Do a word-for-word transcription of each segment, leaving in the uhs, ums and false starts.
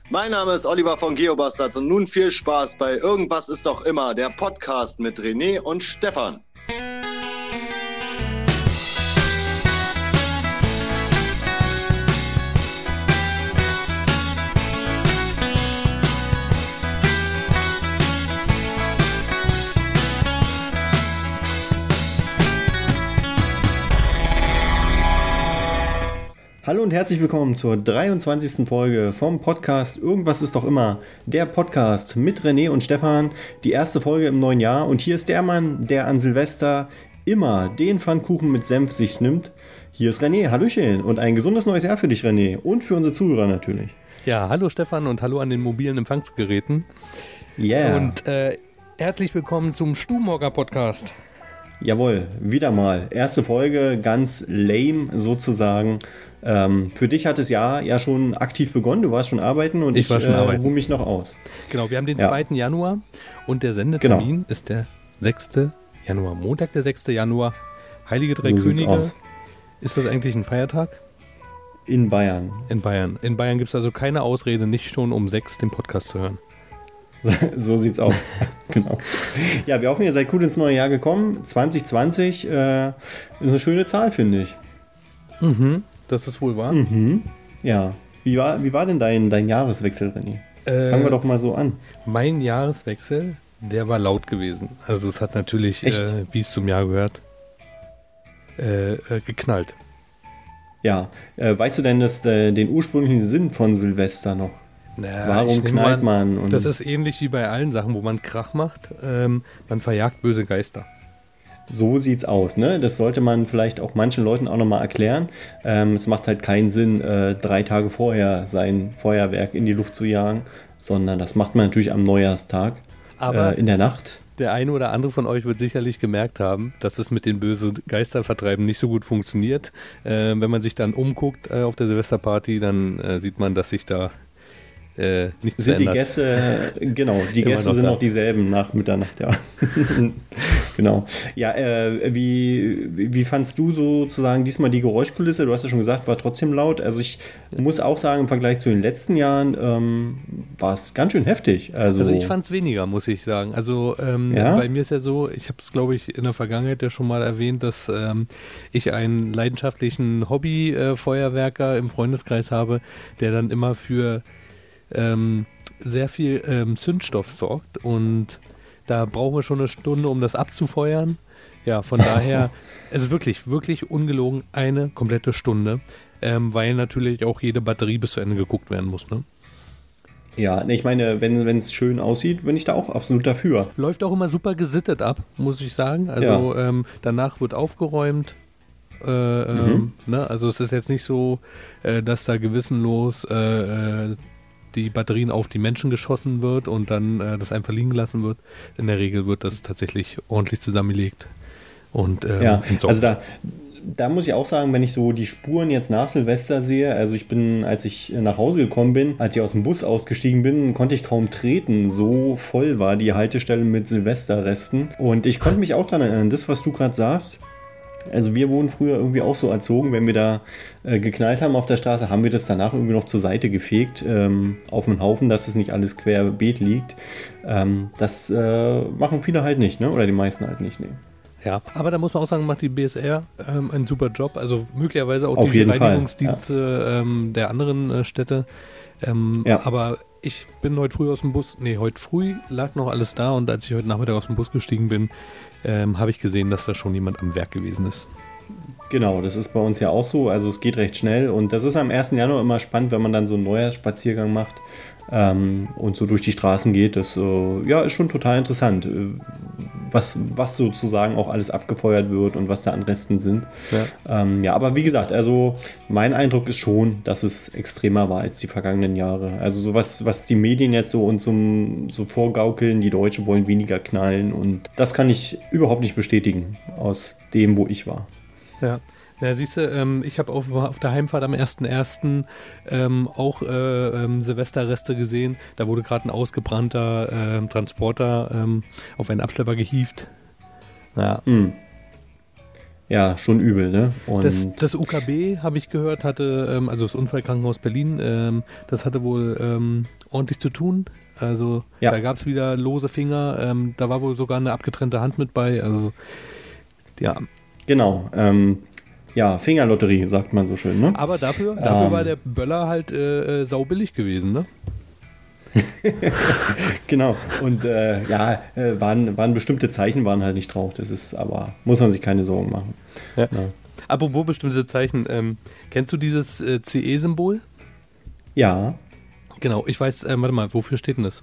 Mein Name ist Oliver von Geobastards und nun viel Spaß bei Irgendwas ist doch immer, der Podcast mit René und Stefan. Hallo und herzlich willkommen zur dreiundzwanzigsten Folge vom Podcast Irgendwas ist doch immer, der Podcast mit René und Stefan, die erste Folge im neuen Jahr, und hier ist der Mann, der an Silvester immer den Pfannkuchen mit Senf sich nimmt. Hier ist René, Hallöchen, und ein gesundes neues Jahr für dich, René, und für unsere Zuhörer natürlich. Ja, hallo Stefan und hallo an den mobilen Empfangsgeräten. Ja. Yeah. Und äh, herzlich willkommen zum Stubenhocker Podcast. Jawohl, wieder mal. Erste Folge, ganz lame sozusagen. Ähm, für dich hat das Jahr ja schon aktiv begonnen, du warst schon arbeiten und ich, ich war schon äh, arbeiten. ruhe mich noch aus. Genau, wir haben den ja. zweiten Januar und der Sendetermin genau. ist der sechste Januar, Montag der sechste Januar. Heilige Drei so Könige. Aus. Ist das eigentlich ein Feiertag? In Bayern. In Bayern. In Bayern gibt es also keine Ausrede, nicht schon um sechs den Podcast zu hören. So sieht's aus. Genau. Ja, wir hoffen, ihr seid gut ins neue Jahr gekommen. zwanzig zwanzig äh, ist eine schöne Zahl, finde ich. Mhm, das ist wohl wahr. Mhm. Ja. Wie war, wie war denn dein, dein Jahreswechsel, René? Äh, Fangen wir doch mal so an. Mein Jahreswechsel, der war laut gewesen. Also es hat natürlich, äh, wie es zum Jahr gehört, äh, äh, geknallt. Ja. Äh, weißt du denn das, äh, den ursprünglichen Sinn von Silvester noch? Naja, Warum knallt man? Und das ist ähnlich wie bei allen Sachen, wo man Krach macht. Ähm, man verjagt böse Geister. So sieht's aus, ne? Das sollte man vielleicht auch manchen Leuten auch nochmal erklären. Ähm, es macht halt keinen Sinn, äh, drei Tage vorher sein Feuerwerk in die Luft zu jagen, sondern das macht man natürlich am Neujahrstag, Aber äh, in der Nacht. Der eine oder andere von euch wird sicherlich gemerkt haben, dass es mit den bösen Geistervertreiben nicht so gut funktioniert. Äh, wenn man sich dann umguckt äh, auf der Silvesterparty, dann äh, sieht man, dass sich da Äh, nichts sind verändert. Die Gäste, genau, die Gäste noch sind da. noch dieselben nach Mitternacht, ja. Genau. Ja, äh, wie, wie fandst du sozusagen diesmal die Geräuschkulisse? Du hast ja schon gesagt, war trotzdem laut. Also ich muss auch sagen, im Vergleich zu den letzten Jahren ähm, war es ganz schön heftig. Also, also ich fand es weniger, muss ich sagen. Also ähm, ja? bei mir ist ja so, ich habe es, glaube ich, in der Vergangenheit ja schon mal erwähnt, dass ähm, ich einen leidenschaftlichen Hobby-Feuerwerker im Freundeskreis habe, der dann immer für Ähm, sehr viel ähm, Zündstoff sorgt, und da brauchen wir schon eine Stunde, um das abzufeuern. Ja, von daher, es ist wirklich, wirklich ungelogen eine komplette Stunde, ähm, weil natürlich auch jede Batterie bis zu Ende geguckt werden muss, ne? Ja, ich meine, wenn es schön aussieht, bin ich da auch absolut dafür. Läuft auch immer super gesittet ab, muss ich sagen. Also ja. ähm, danach wird aufgeräumt. Äh, mhm. ähm, ne? Also es ist jetzt nicht so, äh, dass da gewissenlos äh, äh, die Batterien auf die Menschen geschossen wird und dann äh, das einfach liegen gelassen wird. In der Regel wird das tatsächlich ordentlich zusammengelegt und ähm, ja, entsorgt. Also da, da muss ich auch sagen, wenn ich so die Spuren jetzt nach Silvester sehe, also ich bin, als ich nach Hause gekommen bin, als ich aus dem Bus ausgestiegen bin, konnte ich kaum treten. So voll war die Haltestelle mit Silvesterresten. Und ich konnte mich auch daran erinnern, das, was du gerade sagst. Also wir wurden früher irgendwie auch so erzogen, wenn wir da äh, geknallt haben auf der Straße, haben wir das danach irgendwie noch zur Seite gefegt, ähm, auf einen Haufen, dass es nicht alles querbeet liegt. Ähm, das äh, machen viele halt nicht, ne? Oder die meisten halt nicht, ne? Ja, aber da muss man auch sagen, macht die B S R ähm, einen super Job. Also möglicherweise auch auf die jeden Reinigungsdienste Fall, ja. ähm, der anderen äh, Städte. Ähm, ja. Aber ich bin heute früh aus dem Bus, nee, heute früh lag noch alles da, und als ich heute Nachmittag aus dem Bus gestiegen bin, ähm, habe ich gesehen, dass da schon jemand am Werk gewesen ist. Genau, das ist bei uns ja auch so. Also es geht recht schnell, und das ist am ersten Januar immer spannend, wenn man dann so einen Neujahrsspaziergang macht ähm, und so durch die Straßen geht. Das äh, ja, ist schon total interessant, äh, was, was sozusagen auch alles abgefeuert wird und was da an Resten sind. Ja, ähm, ja, aber wie gesagt, also mein Eindruck ist schon, dass es extremer war als die vergangenen Jahre. Also so was, was die Medien jetzt so uns so, so vorgaukeln, die Deutschen wollen weniger knallen, und das kann ich überhaupt nicht bestätigen aus dem, wo ich war. Ja, ja, siehst du, ähm, ich habe auf, auf der Heimfahrt am ersten ersten Ähm, auch äh, ähm, Silvesterreste gesehen. Da wurde gerade ein ausgebrannter äh, Transporter ähm, auf einen Abschlepper gehievt. Ja. Mhm. ja, schon übel, ne? Und das, das U K B, habe ich gehört, hatte, ähm, also das Unfallkrankenhaus Berlin, ähm, das hatte wohl ähm, ordentlich zu tun. Also ja. Da gab es wieder lose Finger, ähm, da war wohl sogar eine abgetrennte Hand mit bei. Also ja. Genau, ähm, ja, Fingerlotterie, sagt man so schön, ne? Aber dafür, dafür ähm, war der Böller halt äh, äh, saubillig gewesen, ne? Genau, und äh, ja, äh, waren, waren bestimmte Zeichen waren halt nicht drauf, das ist, aber muss man sich keine Sorgen machen. Ja. Ja. Apropos bestimmte Zeichen, ähm, kennst du dieses äh, C E-Symbol? Ja. Genau, ich weiß, äh, warte mal, wofür steht denn das?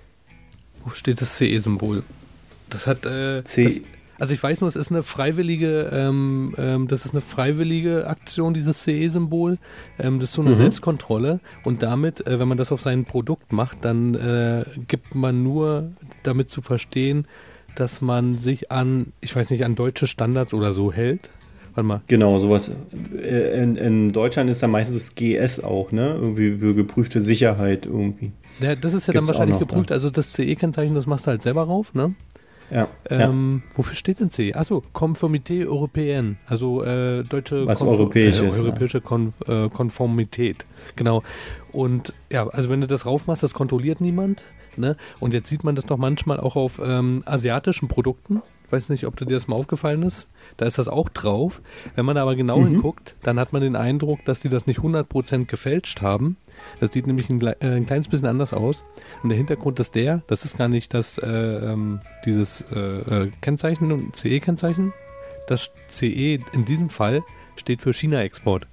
Wo steht das C E-Symbol? Das hat, äh, C das, also ich weiß nur, es ist eine freiwillige, ähm, ähm, das ist eine freiwillige Aktion, dieses C E-Symbol. Ähm, das ist so eine mhm. Selbstkontrolle und damit, äh, wenn man das auf sein Produkt macht, dann äh, gibt man nur damit zu verstehen, dass man sich an, ich weiß nicht, an deutsche Standards oder so hält. Warte mal. Genau, sowas. In, in Deutschland ist da meistens das G S auch, ne? Irgendwie für geprüfte Sicherheit irgendwie. Ja, das ist ja Gibt's dann wahrscheinlich noch, geprüft. Ja. Also das C E-Kennzeichen, das machst du halt selber rauf, ne? Ja, ähm, ja. Wofür steht denn C E? Achso, Conformité Européenne, also äh, deutsche Was Konf- europäisch äh, ist, europäische ja. Kon- äh, Konformität. Genau. Und ja, also wenn du das raufmachst, das kontrolliert niemand. Ne? Und jetzt sieht man das doch manchmal auch auf ähm, asiatischen Produkten. Ich weiß nicht, ob dir das mal aufgefallen ist. Da ist das auch drauf. Wenn man da aber genau mhm. hinguckt, dann hat man den Eindruck, dass die das nicht hundert Prozent gefälscht haben. Das sieht nämlich ein, äh, ein kleines bisschen anders aus. Und der Hintergrund ist der, das ist gar nicht das, äh, ähm, dieses äh, äh, Kennzeichen, C E-Kennzeichen. Das C E in diesem Fall steht für China-Export.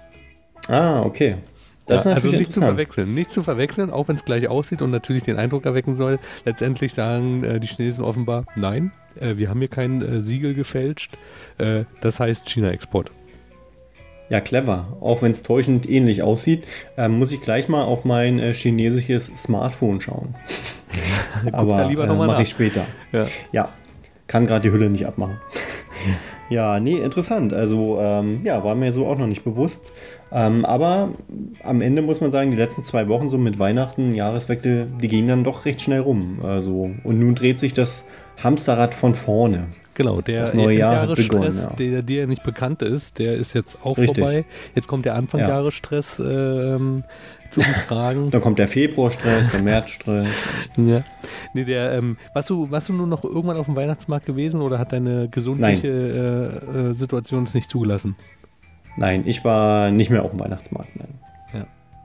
Ah, okay. Das ja, ist also nicht zu verwechseln. Nicht zu verwechseln, auch wenn es gleich aussieht und natürlich den Eindruck erwecken soll. Letztendlich sagen äh, die Chinesen offenbar, nein, äh, wir haben hier kein äh, Siegel gefälscht. Äh, das heißt China-Export. Ja, clever. Auch wenn es täuschend ähnlich aussieht, äh, muss ich gleich mal auf mein äh, chinesisches Smartphone schauen. Aber äh, mache ich später. Ja, ja, kann gerade die Hülle nicht abmachen. Ja, nee, interessant. Also, ähm, ja, war mir so auch noch nicht bewusst. Ähm, aber am Ende muss man sagen, die letzten zwei Wochen so mit Weihnachten, Jahreswechsel, die gingen dann doch recht schnell rum. Also, und nun dreht sich das Hamsterrad von vorne. Genau, der das neue Jahr hat begonnen, Stress, ja. der dir nicht bekannt ist, der ist jetzt auch Richtig. vorbei. Jetzt kommt der Anfangjahresstress ähm, zum Tragen. Dann kommt der Februarstress, der Märzstress. Ja. Nee, der, ähm, warst du, warst du nur noch irgendwann auf dem Weihnachtsmarkt gewesen oder hat deine gesundliche äh, äh, Situation es nicht zugelassen? Nein, ich war nicht mehr auf dem Weihnachtsmarkt. Nein. Ja.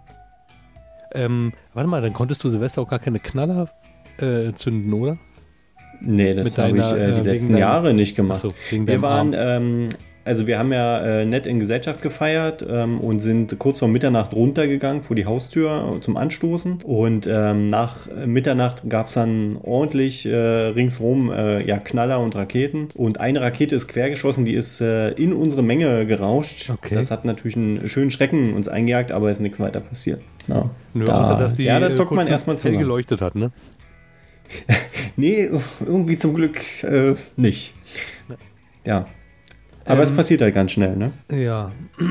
Ähm, warte mal, dann konntest du Silvester auch gar keine Knaller äh, zünden, oder? Nee, das habe ich äh, die äh, letzten Jahre dein, nicht gemacht. So, wir waren, ähm, also wir haben ja äh, nett in Gesellschaft gefeiert ähm, und sind kurz vor Mitternacht runtergegangen vor die Haustür zum Anstoßen. Und ähm, nach Mitternacht gab es dann ordentlich äh, ringsrum äh, ja, Knaller und Raketen. Und eine Rakete ist quergeschossen, die ist äh, in unsere Menge gerauscht. Okay. Das hat natürlich einen schönen Schrecken uns eingejagt, aber ist nichts weiter passiert. Ja, Nö, da, außer, dass die ja, da zockt man erstmal zusammen. geleuchtet hat, ne? Nee, irgendwie zum Glück äh, nicht. Ja. Aber ähm, es passiert halt ganz schnell, ne? Ja.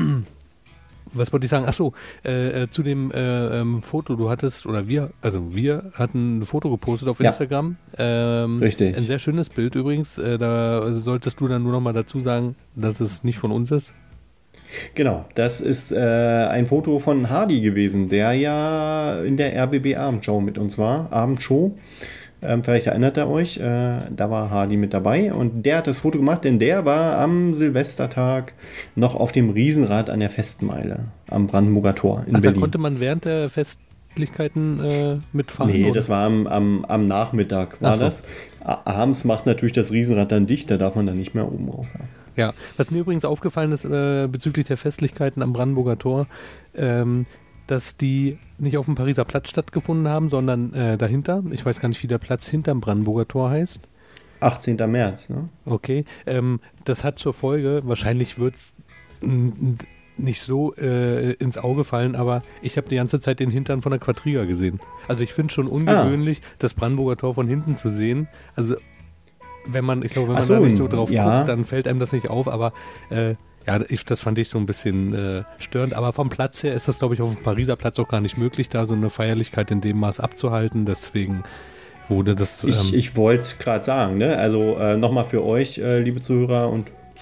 Was wollte ich sagen? Achso, äh, zu dem äh, ähm, Foto, du hattest, oder wir, also wir hatten ein Foto gepostet auf Instagram. Ja. Ähm, Richtig. Ein sehr schönes Bild übrigens. Äh, da solltest du dann nur noch mal dazu sagen, dass es nicht von uns ist. Genau, das ist äh, ein Foto von Hardy gewesen, der ja in der R B B Abendshow mit uns war. Abendshow. Ähm, vielleicht erinnert ihr euch, äh, da war Hardy mit dabei und der hat das Foto gemacht, denn der war am Silvestertag noch auf dem Riesenrad an der Festmeile am Brandenburger Tor in Ach, Berlin. Da konnte man während der Festlichkeiten äh, mitfahren? Nee, oder? Das war am, am, am Nachmittag war so. das. Abends macht natürlich das Riesenrad dann dicht, da darf man dann nicht mehr oben rauf. Ja. Ja, was mir übrigens aufgefallen ist äh, bezüglich der Festlichkeiten am Brandenburger Tor, ähm, dass die nicht auf dem Pariser Platz stattgefunden haben, sondern äh, dahinter. Ich weiß gar nicht, wie der Platz hinterm Brandenburger Tor heißt. achtzehnten März, ne? Okay. Ähm, das hat zur Folge, wahrscheinlich wird es nicht so äh, ins Auge fallen, aber ich habe die ganze Zeit den Hintern von der Quadriga gesehen. Also ich finde es schon ungewöhnlich, ah. das Brandenburger Tor von hinten zu sehen. Also wenn man, ich glaube, wenn man so, da nicht so drauf ja. guckt, dann fällt einem das nicht auf, aber äh, ja, ich, das fand ich so ein bisschen äh, störend. Aber vom Platz her ist das, glaube ich, auf dem Pariser Platz auch gar nicht möglich, da so eine Feierlichkeit in dem Maß abzuhalten. Deswegen wurde das... Ähm ich ich wollte es gerade sagen, ne? Also äh, nochmal für euch, äh, liebe Zuhörer und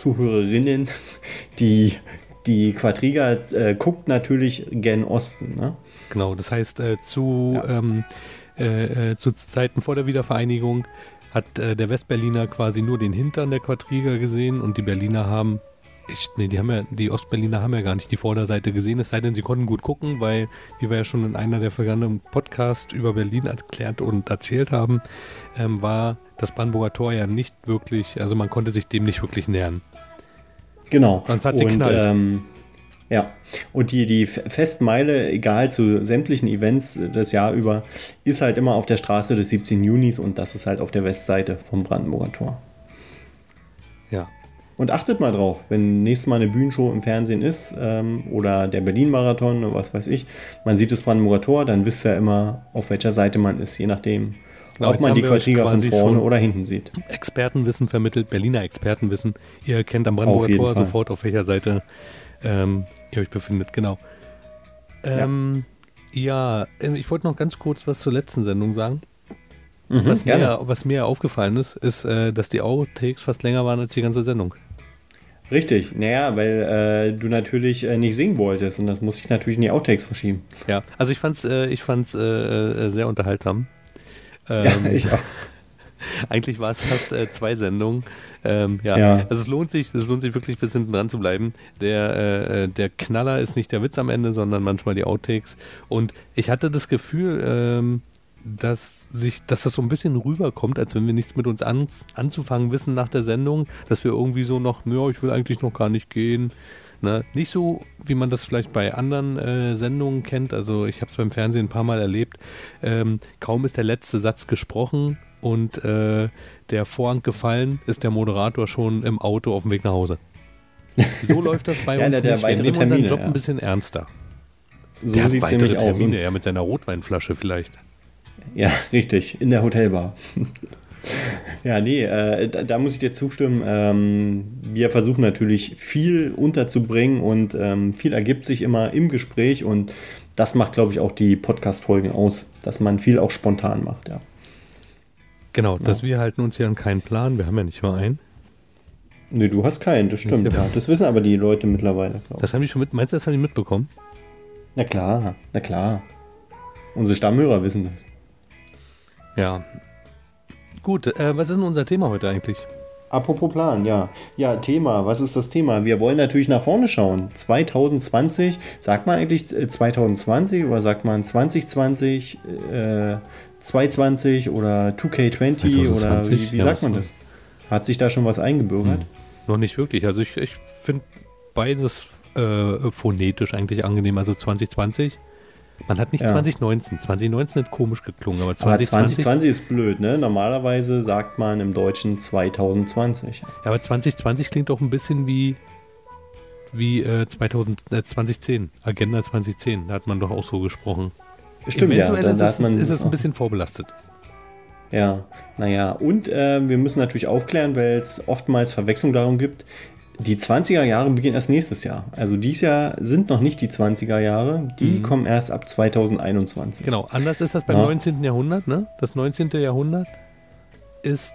Zuhörerinnen, die, die Quadriga äh, guckt natürlich gen Osten. Ne? Genau, das heißt, äh, zu, ja. ähm, äh, zu Zeiten vor der Wiedervereinigung hat äh, der Westberliner quasi nur den Hintern der Quadriga gesehen und die Berliner haben, ich, nee, die haben ja, die Ostberliner haben ja gar nicht die Vorderseite gesehen, es sei denn, sie konnten gut gucken, weil, wie wir ja schon in einer der vergangenen Podcasts über Berlin erklärt und erzählt haben, ähm, war das Brandenburger Tor ja nicht wirklich, also man konnte sich dem nicht wirklich nähern. Genau. Sonst hat sie geknallt. Ähm, ja, und die, die Festmeile, egal zu sämtlichen Events das Jahr über, ist halt immer auf der Straße des siebzehnten Junis und das ist halt auf der Westseite vom Brandenburger Tor. Ja. Und achtet mal drauf, wenn nächstes Mal eine Bühnenshow im Fernsehen ist ähm, oder der Berlin-Marathon oder was weiß ich, man sieht das Brandenburger Tor, dann wisst ihr immer, auf welcher Seite man ist, je nachdem, genau, ob man die Quadriga von vorne oder hinten sieht. Expertenwissen vermittelt, Berliner Expertenwissen. Ihr erkennt am Brandenburger Tor Fall. sofort, auf welcher Seite ähm, ihr euch befindet, genau. Ähm, ja. ja, ich wollte noch ganz kurz was zur letzten Sendung sagen. Mhm, was, mir, was mir aufgefallen ist, ist, äh, dass die Outtakes fast länger waren als die ganze Sendung. Richtig, naja, weil äh, du natürlich äh, nicht singen wolltest und das muss ich natürlich in die Outtakes verschieben. Ja, also ich fand's, äh, ich fand's äh, sehr unterhaltsam. Ähm, ja, ich auch. Eigentlich war es fast äh, zwei Sendungen. Ähm, ja. ja, also es lohnt sich, es lohnt sich wirklich bis hinten dran zu bleiben. Der, äh, der Knaller ist nicht der Witz am Ende, sondern manchmal die Outtakes. Und ich hatte das Gefühl, ähm, dass sich, dass das so ein bisschen rüberkommt, als wenn wir nichts mit uns an, anzufangen wissen nach der Sendung, dass wir irgendwie so noch, ja, ich will eigentlich noch gar nicht gehen. Ne? Nicht so, wie man das vielleicht bei anderen äh, Sendungen kennt. Also ich habe es beim Fernsehen ein paar Mal erlebt. Ähm, kaum ist der letzte Satz gesprochen und äh, der Vorhang gefallen, ist der Moderator schon im Auto auf dem Weg nach Hause. So läuft das bei ja, uns der, der nicht. Wir nehmen Termine, unseren Job ja. ein bisschen ernster. So der sieht hat es nämlich weitere Termine, aus. ja, mit seiner Rotweinflasche vielleicht. Ja, richtig, in der Hotelbar. Ja, nee, äh, da, da muss ich dir zustimmen. Ähm, wir versuchen natürlich viel unterzubringen und ähm, viel ergibt sich immer im Gespräch und das macht, glaube ich, auch die Podcast-Folgen aus, dass man viel auch spontan macht, ja. Genau, ja. Dass wir halten uns ja an keinen Plan, wir haben ja nicht mal einen. Nee, du hast keinen, das stimmt, ja. Das wissen aber die Leute mittlerweile, glaube ich. Das haben die schon mit, meinst du, das haben die mitbekommen? Na klar, na klar. Unsere Stammhörer wissen das. Ja. Gut, äh, was ist denn unser Thema heute eigentlich? Apropos Plan, ja. Ja, Thema, was ist das Thema? Wir wollen natürlich nach vorne schauen. zwanzig zwanzig, sagt man eigentlich zwanzig zwanzig oder sagt man zwanzig zwanzig, äh, zweihundertzwanzig oder zwei K zwanzig oder wie, wie ja, sagt man das? Hat sich da schon was eingebürgert? Hm. Noch nicht wirklich. Also ich, ich finde beides äh, phonetisch eigentlich angenehm. Also zwanzig zwanzig. Man hat nicht ja. zwanzig neunzehn. zwanzig neunzehn hat komisch geklungen, aber zwanzig zwanzig... Aber zwanzig zwanzig ist blöd, ne? Normalerweise sagt man im Deutschen zwanzig zwanzig. Ja, aber zwanzig zwanzig klingt doch ein bisschen wie, wie äh, zweitausend, äh, zwanzig zehn. Agenda zwanzig zehn, da hat man doch auch so gesprochen. Stimmt, eventuell ja. ist, da es, man ist es ein bisschen vorbelastet. Ja, naja. Und äh, wir müssen natürlich aufklären, weil es oftmals Verwechslung darum gibt, die zwanziger Jahre beginnen erst nächstes Jahr. Also dieses Jahr sind noch nicht die zwanziger Jahre, die mhm. kommen erst ab zwanzig einundzwanzig. Genau, anders ist das beim ja. neunzehnten Jahrhundert, ne? Das neunzehnte Jahrhundert ist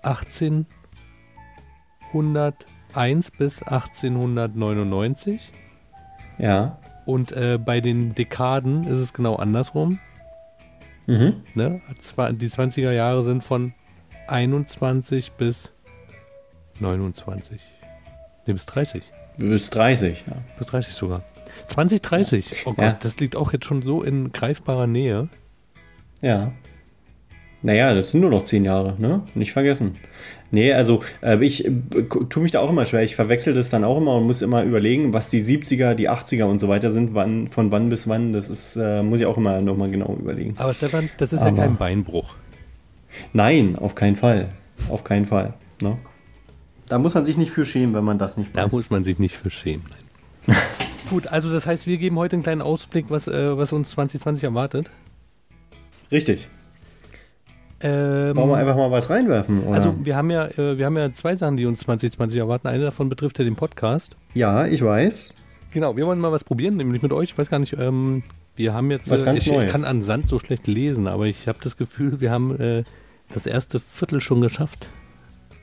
achtzehnhunderteins bis achtzehnhundertneunundneunzig. Ja. Und äh, bei den Dekaden ist es genau andersrum. Mhm. Ne? Die zwanziger Jahre sind von einundzwanzig bis neunundzwanzig. Ne, bis dreißig. Bis dreißig, ja. Bis dreißig sogar. zwanzig dreißig. Ja. Oh Gott, ja. Das liegt auch jetzt schon so in greifbarer Nähe. Ja. Naja, das sind nur noch zehn Jahre, ne? Nicht vergessen. Nee, also äh, ich äh, tue mich da auch immer schwer. Ich verwechsel das dann auch immer und muss immer überlegen, was die siebziger, die achtziger und so weiter sind, wann, von wann bis wann. Das ist, äh, muss ich auch immer nochmal genau überlegen. Aber Stefan, das ist Aber ja kein Beinbruch. Nein, auf keinen Fall. Auf keinen Fall. Ne? Da muss man sich nicht für schämen, wenn man das nicht weiß. Da muss man sich nicht für schämen, nein. Gut, also das heißt, wir geben heute einen kleinen Ausblick, was, äh, was uns zwanzig zwanzig erwartet. Richtig. Ähm, Wollen wir einfach mal was reinwerfen? Oder? Also wir haben ja, äh, wir haben ja zwei Sachen, die uns zwanzig zwanzig erwarten. Eine davon betrifft ja den Podcast. Ja, ich weiß. Genau, wir wollen mal was probieren, nämlich mit euch. Ich weiß gar nicht, ähm, wir haben jetzt, was ganz ich, Neues. Ich kann an Sand so schlecht lesen, aber ich habe das Gefühl, wir haben äh, das erste Viertel schon geschafft.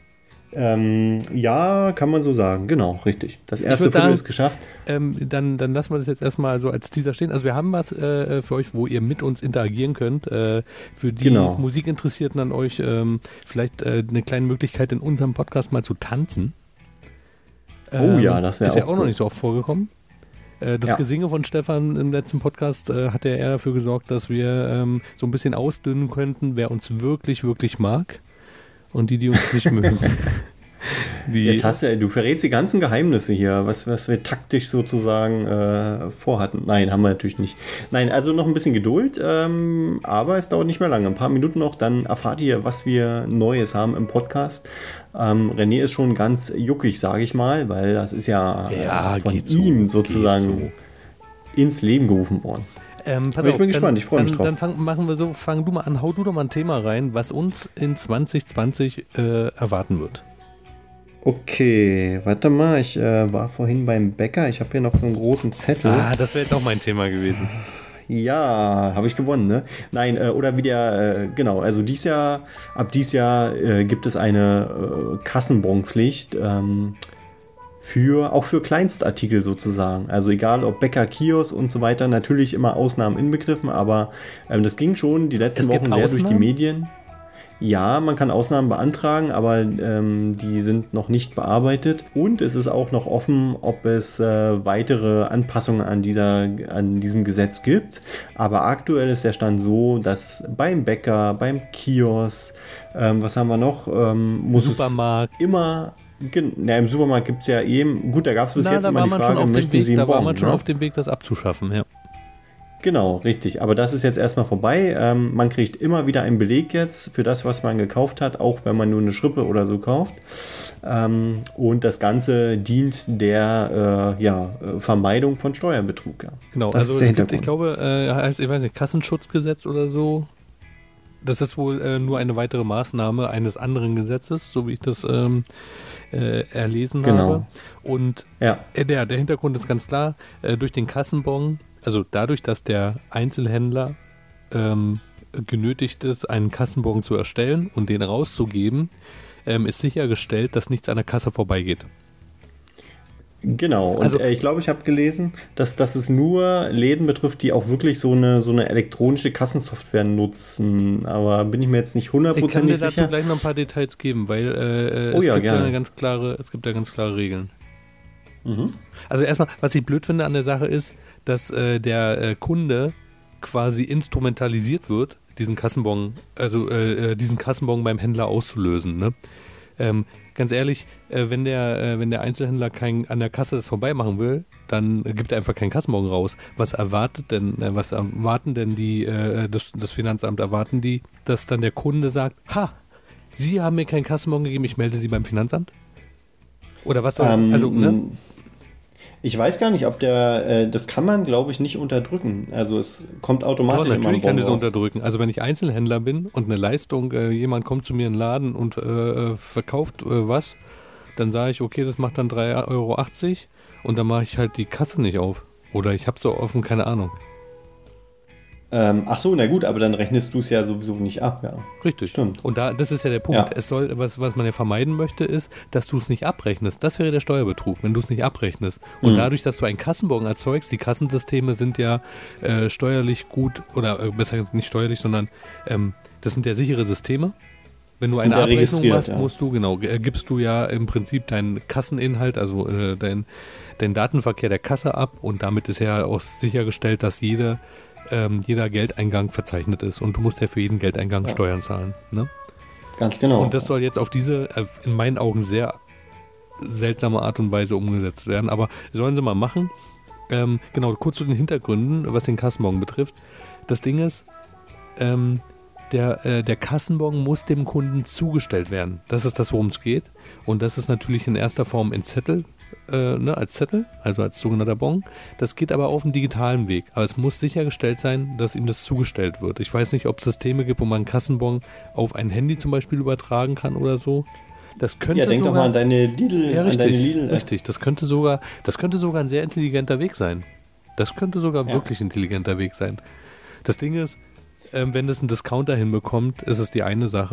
Ähm, ja, kann man so sagen. Genau, richtig. Das erste Viertel ist geschafft. Ähm, dann, dann lassen wir das jetzt erstmal so als Teaser stehen. Also wir haben was äh, für euch, wo ihr mit uns interagieren könnt. Äh, für die genau. Musikinteressierten an euch ähm, vielleicht äh, eine kleine Möglichkeit, in unserem Podcast mal zu tanzen. Ähm, oh ja, das wäre auch Ist ja auch cool. noch nicht so oft vorgekommen. Äh, das ja. Gesinge von Stefan im letzten Podcast äh, hat ja eher dafür gesorgt, dass wir ähm, so ein bisschen ausdünnen könnten, wer uns wirklich, wirklich mag. Und die, die uns nicht mögen. Die Jetzt hast du, du verrätst die ganzen Geheimnisse hier, was, was wir taktisch sozusagen äh, vorhatten. Nein, haben wir natürlich nicht. Nein, also noch ein bisschen Geduld, ähm, aber es dauert nicht mehr lange. Ein paar Minuten noch, dann erfahrt ihr, was wir Neues haben im Podcast. Ähm, René ist schon ganz juckig, sage ich mal, weil das ist ja, ja von ihm so, sozusagen so. ins Leben gerufen worden. Ähm, pass Aber ich auf, bin gespannt, dann, ich freue mich dann, drauf. Dann fang, machen wir so, fang du mal an, hau du doch mal ein Thema rein, was uns in zwanzig zwanzig äh, erwarten wird. Okay, warte mal, ich äh, war vorhin beim Bäcker, ich habe hier noch so einen großen Zettel. Ah, das wäre jetzt auch mein Thema gewesen. Ja, habe ich gewonnen, ne? Nein, äh, oder wie der, äh, genau, also dies Jahr, ab dies Jahr äh, gibt es eine äh, Kassenbonpflicht, ähm, für, auch für Kleinstartikel sozusagen. Also egal ob Bäcker, Kiosk und so weiter, natürlich immer Ausnahmen inbegriffen, aber ähm, das ging schon die letzten es Wochen sehr Ausnahmen? durch die Medien. Ja, man kann Ausnahmen beantragen, aber ähm, die sind noch nicht bearbeitet. Und es ist auch noch offen, ob es äh, weitere Anpassungen an, dieser, an diesem Gesetz gibt. Aber aktuell ist der Stand so, dass beim Bäcker, beim Kiosk, ähm, was haben wir noch? Ähm, muss Supermarkt. Es immer... Ja, im Supermarkt gibt es ja eben, gut, da gab es bis Na, jetzt immer die Frage, möchten Weg, Sie einen Da Bon, war man schon ne? auf dem Weg, das abzuschaffen, ja. Genau, richtig. Aber das ist jetzt erstmal vorbei. Ähm, man kriegt immer wieder einen Beleg jetzt für das, was man gekauft hat, auch wenn man nur eine Schrippe oder so kauft. Ähm, und das Ganze dient der äh, ja, Vermeidung von Steuerbetrug. Ja. Genau, das also es gibt, ich glaube, äh, heißt, ich weiß nicht, Kassenschutzgesetz oder so. Das ist wohl äh, nur eine weitere Maßnahme eines anderen Gesetzes, so wie ich das ähm, äh, erlesen genau. habe. Und ja. äh, der, der Hintergrund ist ganz klar, äh, durch den Kassenbon, also dadurch, dass der Einzelhändler ähm, genötigt ist, einen Kassenbon zu erstellen und den rauszugeben, ähm, ist sichergestellt, dass nichts an der Kasse vorbeigeht. Genau, und also, äh, ich glaube, ich habe gelesen, dass, dass es nur Läden betrifft, die auch wirklich so eine, so eine elektronische Kassensoftware nutzen. Aber bin ich mir jetzt nicht hundertprozentig sicher. Ich kann dir dazu gleich noch ein paar Details geben, weil äh, oh, es, ja, gibt gerne. eine ganz klare, es gibt ja ganz klare Regeln. Mhm. Also erstmal, was ich blöd finde an der Sache ist, dass äh, der äh, Kunde quasi instrumentalisiert wird, diesen Kassenbon, also äh, diesen Kassenbon beim Händler auszulösen. Ne? Ähm, ganz ehrlich, äh, wenn der, äh, wenn der Einzelhändler kein, an der Kasse das vorbei machen will, dann äh, gibt er einfach keinen Kassenbon raus. Was erwartet denn, äh, was erwarten denn die, äh, das, das Finanzamt, erwarten die, dass dann der Kunde sagt, ha, Sie haben mir keinen Kassenbon gegeben, ich melde Sie beim Finanzamt? Oder was soll, ähm, also, ne? Ich weiß gar nicht, ob der, äh, das kann man, glaube ich, nicht unterdrücken. Also es kommt automatisch immer natürlich kann ich das unterdrücken. Also wenn ich Einzelhändler bin und eine Leistung, äh, jemand kommt zu mir in den Laden und äh, verkauft äh, was, dann sage ich, okay, das macht dann drei Euro achtzig und dann mache ich halt die Kasse nicht auf. Oder ich habe so offen, keine Ahnung. Ähm, ach so, na gut, aber dann rechnest du es ja sowieso nicht ab, ja. Richtig. Stimmt. Und da, das ist ja der Punkt. Ja. Es soll, was, was man ja vermeiden möchte, ist, dass du es nicht abrechnest. Das wäre der Steuerbetrug, wenn du es nicht abrechnest. Und mhm. dadurch, dass du einen Kassenbon erzeugst, die Kassensysteme sind ja äh, steuerlich gut, oder äh, besser gesagt nicht steuerlich, sondern ähm, das sind ja sichere Systeme. Wenn du eine ja Abrechnung machst, ja. musst du, genau, äh, gibst du ja im Prinzip deinen Kasseninhalt, also äh, dein, dein Datenverkehr der Kasse ab und damit ist ja auch sichergestellt, dass jede Ähm, jeder Geldeingang verzeichnet ist und du musst ja für jeden Geldeingang ja. Steuern zahlen. Ne? Ganz genau. Und das soll jetzt auf diese, äh, in meinen Augen sehr seltsame Art und Weise umgesetzt werden, aber sollen sie mal machen. Ähm, genau, kurz zu den Hintergründen, was den Kassenbon betrifft. Das Ding ist, ähm, der, äh, der Kassenbon muss dem Kunden zugestellt werden. Das ist das, worum es geht. Und das ist natürlich in erster Form in Zettel, Äh, ne, als Zettel, also als sogenannter Bon. Das geht aber auf dem digitalen Weg. Aber es muss sichergestellt sein, dass ihm das zugestellt wird. Ich weiß nicht, ob es Systeme gibt, wo man einen Kassenbon auf ein Handy zum Beispiel übertragen kann oder so. Das könnte ja, denk sogar, doch mal an deine Lidl. Ja, richtig, an deine Lidl richtig. Das könnte sogar, das könnte sogar ein sehr intelligenter Weg sein. Das könnte sogar ja. wirklich ein intelligenter Weg sein. Das Ding ist, ähm, wenn das ein Discounter hinbekommt, ist es die eine Sache.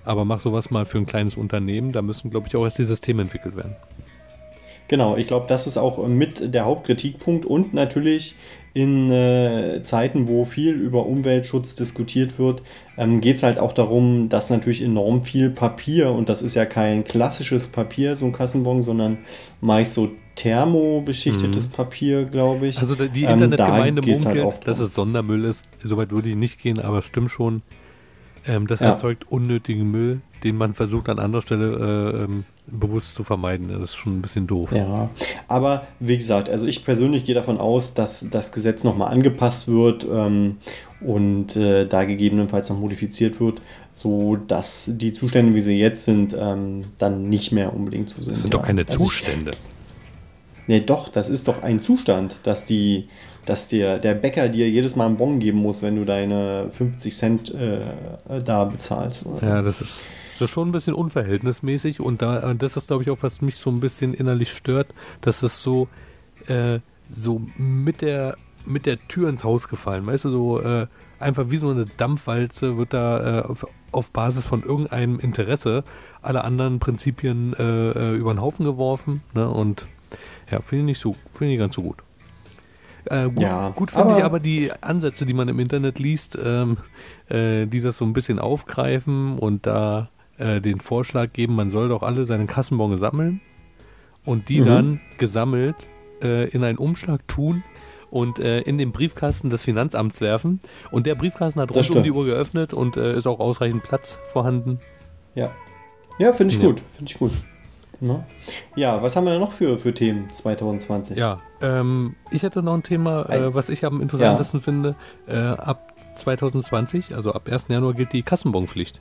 Aber mach sowas mal für ein kleines Unternehmen, da müssen, glaube ich, auch erst die Systeme entwickelt werden. Genau, ich glaube, das ist auch mit der Hauptkritikpunkt und natürlich in äh, Zeiten, wo viel über Umweltschutz diskutiert wird, ähm, geht es halt auch darum, dass natürlich enorm viel Papier, und das ist ja kein klassisches Papier, so ein Kassenbon, sondern meist so thermobeschichtetes mhm. Papier, glaube ich. Also die Internetgemeinde ähm, munkelt, halt dass es Sondermüll ist. Soweit würde ich nicht gehen, aber stimmt schon. Ähm, das ja. erzeugt unnötigen Müll, den man versucht an anderer Stelle äh, ähm, bewusst zu vermeiden. Das ist schon ein bisschen doof. Ja, aber wie gesagt, also ich persönlich gehe davon aus, dass das Gesetz nochmal angepasst wird ähm, und äh, da gegebenenfalls noch modifiziert wird, so dass die Zustände, wie sie jetzt sind, ähm, dann nicht mehr unbedingt so sind. Das sind ja. doch keine also Zustände. Ich, nee, doch, das ist doch ein Zustand, dass die dass dir der Bäcker dir jedes Mal einen Bon geben muss, wenn du deine fünfzig Cent äh, da bezahlst. Oder? Ja, das ist, das ist schon ein bisschen unverhältnismäßig und da, das ist, glaube ich, auch, was mich so ein bisschen innerlich stört, dass es so, äh, so mit der, mit der Tür ins Haus gefallen, weißt du, so äh, einfach wie so eine Dampfwalze wird da äh, auf, auf Basis von irgendeinem Interesse alle anderen Prinzipien äh, über den Haufen geworfen, ne? Und ja, finde ich nicht so, finde ich ganz so gut. Äh, gut, ja, gut finde ich aber die Ansätze, die man im Internet liest, ähm, äh, die das so ein bisschen aufgreifen und da äh, den Vorschlag geben, man soll doch alle seine Kassenbons sammeln und die mhm. dann gesammelt äh, in einen Umschlag tun und äh, in den Briefkasten des Finanzamts werfen. Und der Briefkasten hat rund um die Uhr geöffnet und äh, ist auch ausreichend Platz vorhanden. Ja, ja, finde ich ja. gut, finde ich gut. Ja, was haben wir denn noch für, für Themen zwanzig zwanzig? Ja, ähm, ich hätte noch ein Thema, äh, was ich am interessantesten ja. finde. Äh, ab zwanzig zwanzig, also ab ersten Januar, gilt die Kassenbonpflicht.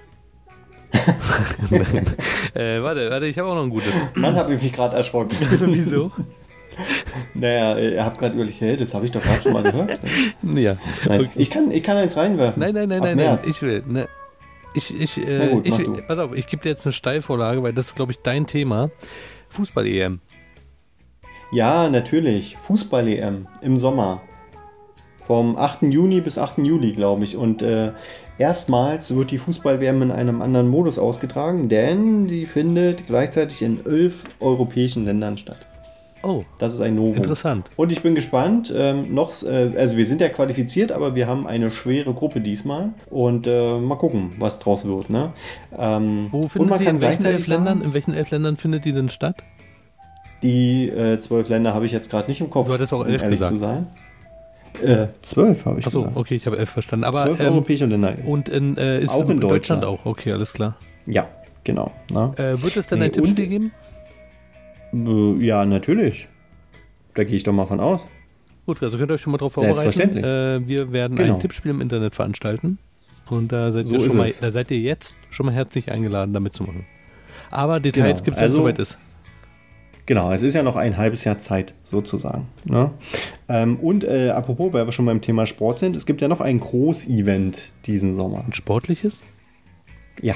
äh, warte, warte, ich habe auch noch ein gutes. Mann, habe ich mich gerade erschrocken. Wieso? Naja, ihr habt gerade überlegt, hey, das habe ich doch gerade schon mal gehört. Ja. Nein, okay. ich, kann, ich kann eins reinwerfen. Nein, nein, nein, nein, nein, ich will. Ne. Ich, ich, äh, gut, ich, pass auf, ich gebe dir jetzt eine Steilvorlage, weil das ist, glaube ich, dein Thema. Fußball-E M. Ja, natürlich. Fußball-E M im Sommer. Vom achten Juni bis achten Juli, glaube ich. Und äh, erstmals wird die Fußball-W M in einem anderen Modus ausgetragen, denn die findet gleichzeitig in elf europäischen Ländern statt. Oh, das ist ein Novum. Interessant. Und ich bin gespannt. Ähm, noch, äh, also wir sind ja qualifiziert, aber wir haben eine schwere Gruppe diesmal. Und äh, mal gucken, was draus wird. Ne? Ähm, Wo findet sie in welchen elf Ländern? In welchen elf Ländern findet die denn statt? Die äh, zwölf Länder habe ich jetzt gerade nicht im Kopf. Du hattest auch elf um ehrlich gesagt. zu sein. Äh, zwölf habe ich Achso, gesagt. okay, ich habe elf verstanden. Aber, zwölf ähm, europäische Länder. Und in, äh, ist auch in Deutschland. Deutschland auch. Okay, alles klar. Ja, genau. Na? Äh, wird es denn ein Tippspiel geben? Ja, natürlich. Da gehe ich doch mal von aus. Gut, also könnt ihr euch schon mal drauf vorbereiten. Selbstverständlich. Äh, wir werden genau. ein Tippspiel im Internet veranstalten. Und da seid, so ihr schon mal, es. da seid ihr jetzt schon mal herzlich eingeladen, da mitzumachen. Aber Details genau. gibt es, wenn es also, soweit ist. Genau, es ist ja noch ein halbes Jahr Zeit, sozusagen. Ne? Ähm, und äh, apropos, weil wir schon beim Thema Sport sind, es gibt ja noch ein Groß-Event diesen Sommer. Ein sportliches? Ja.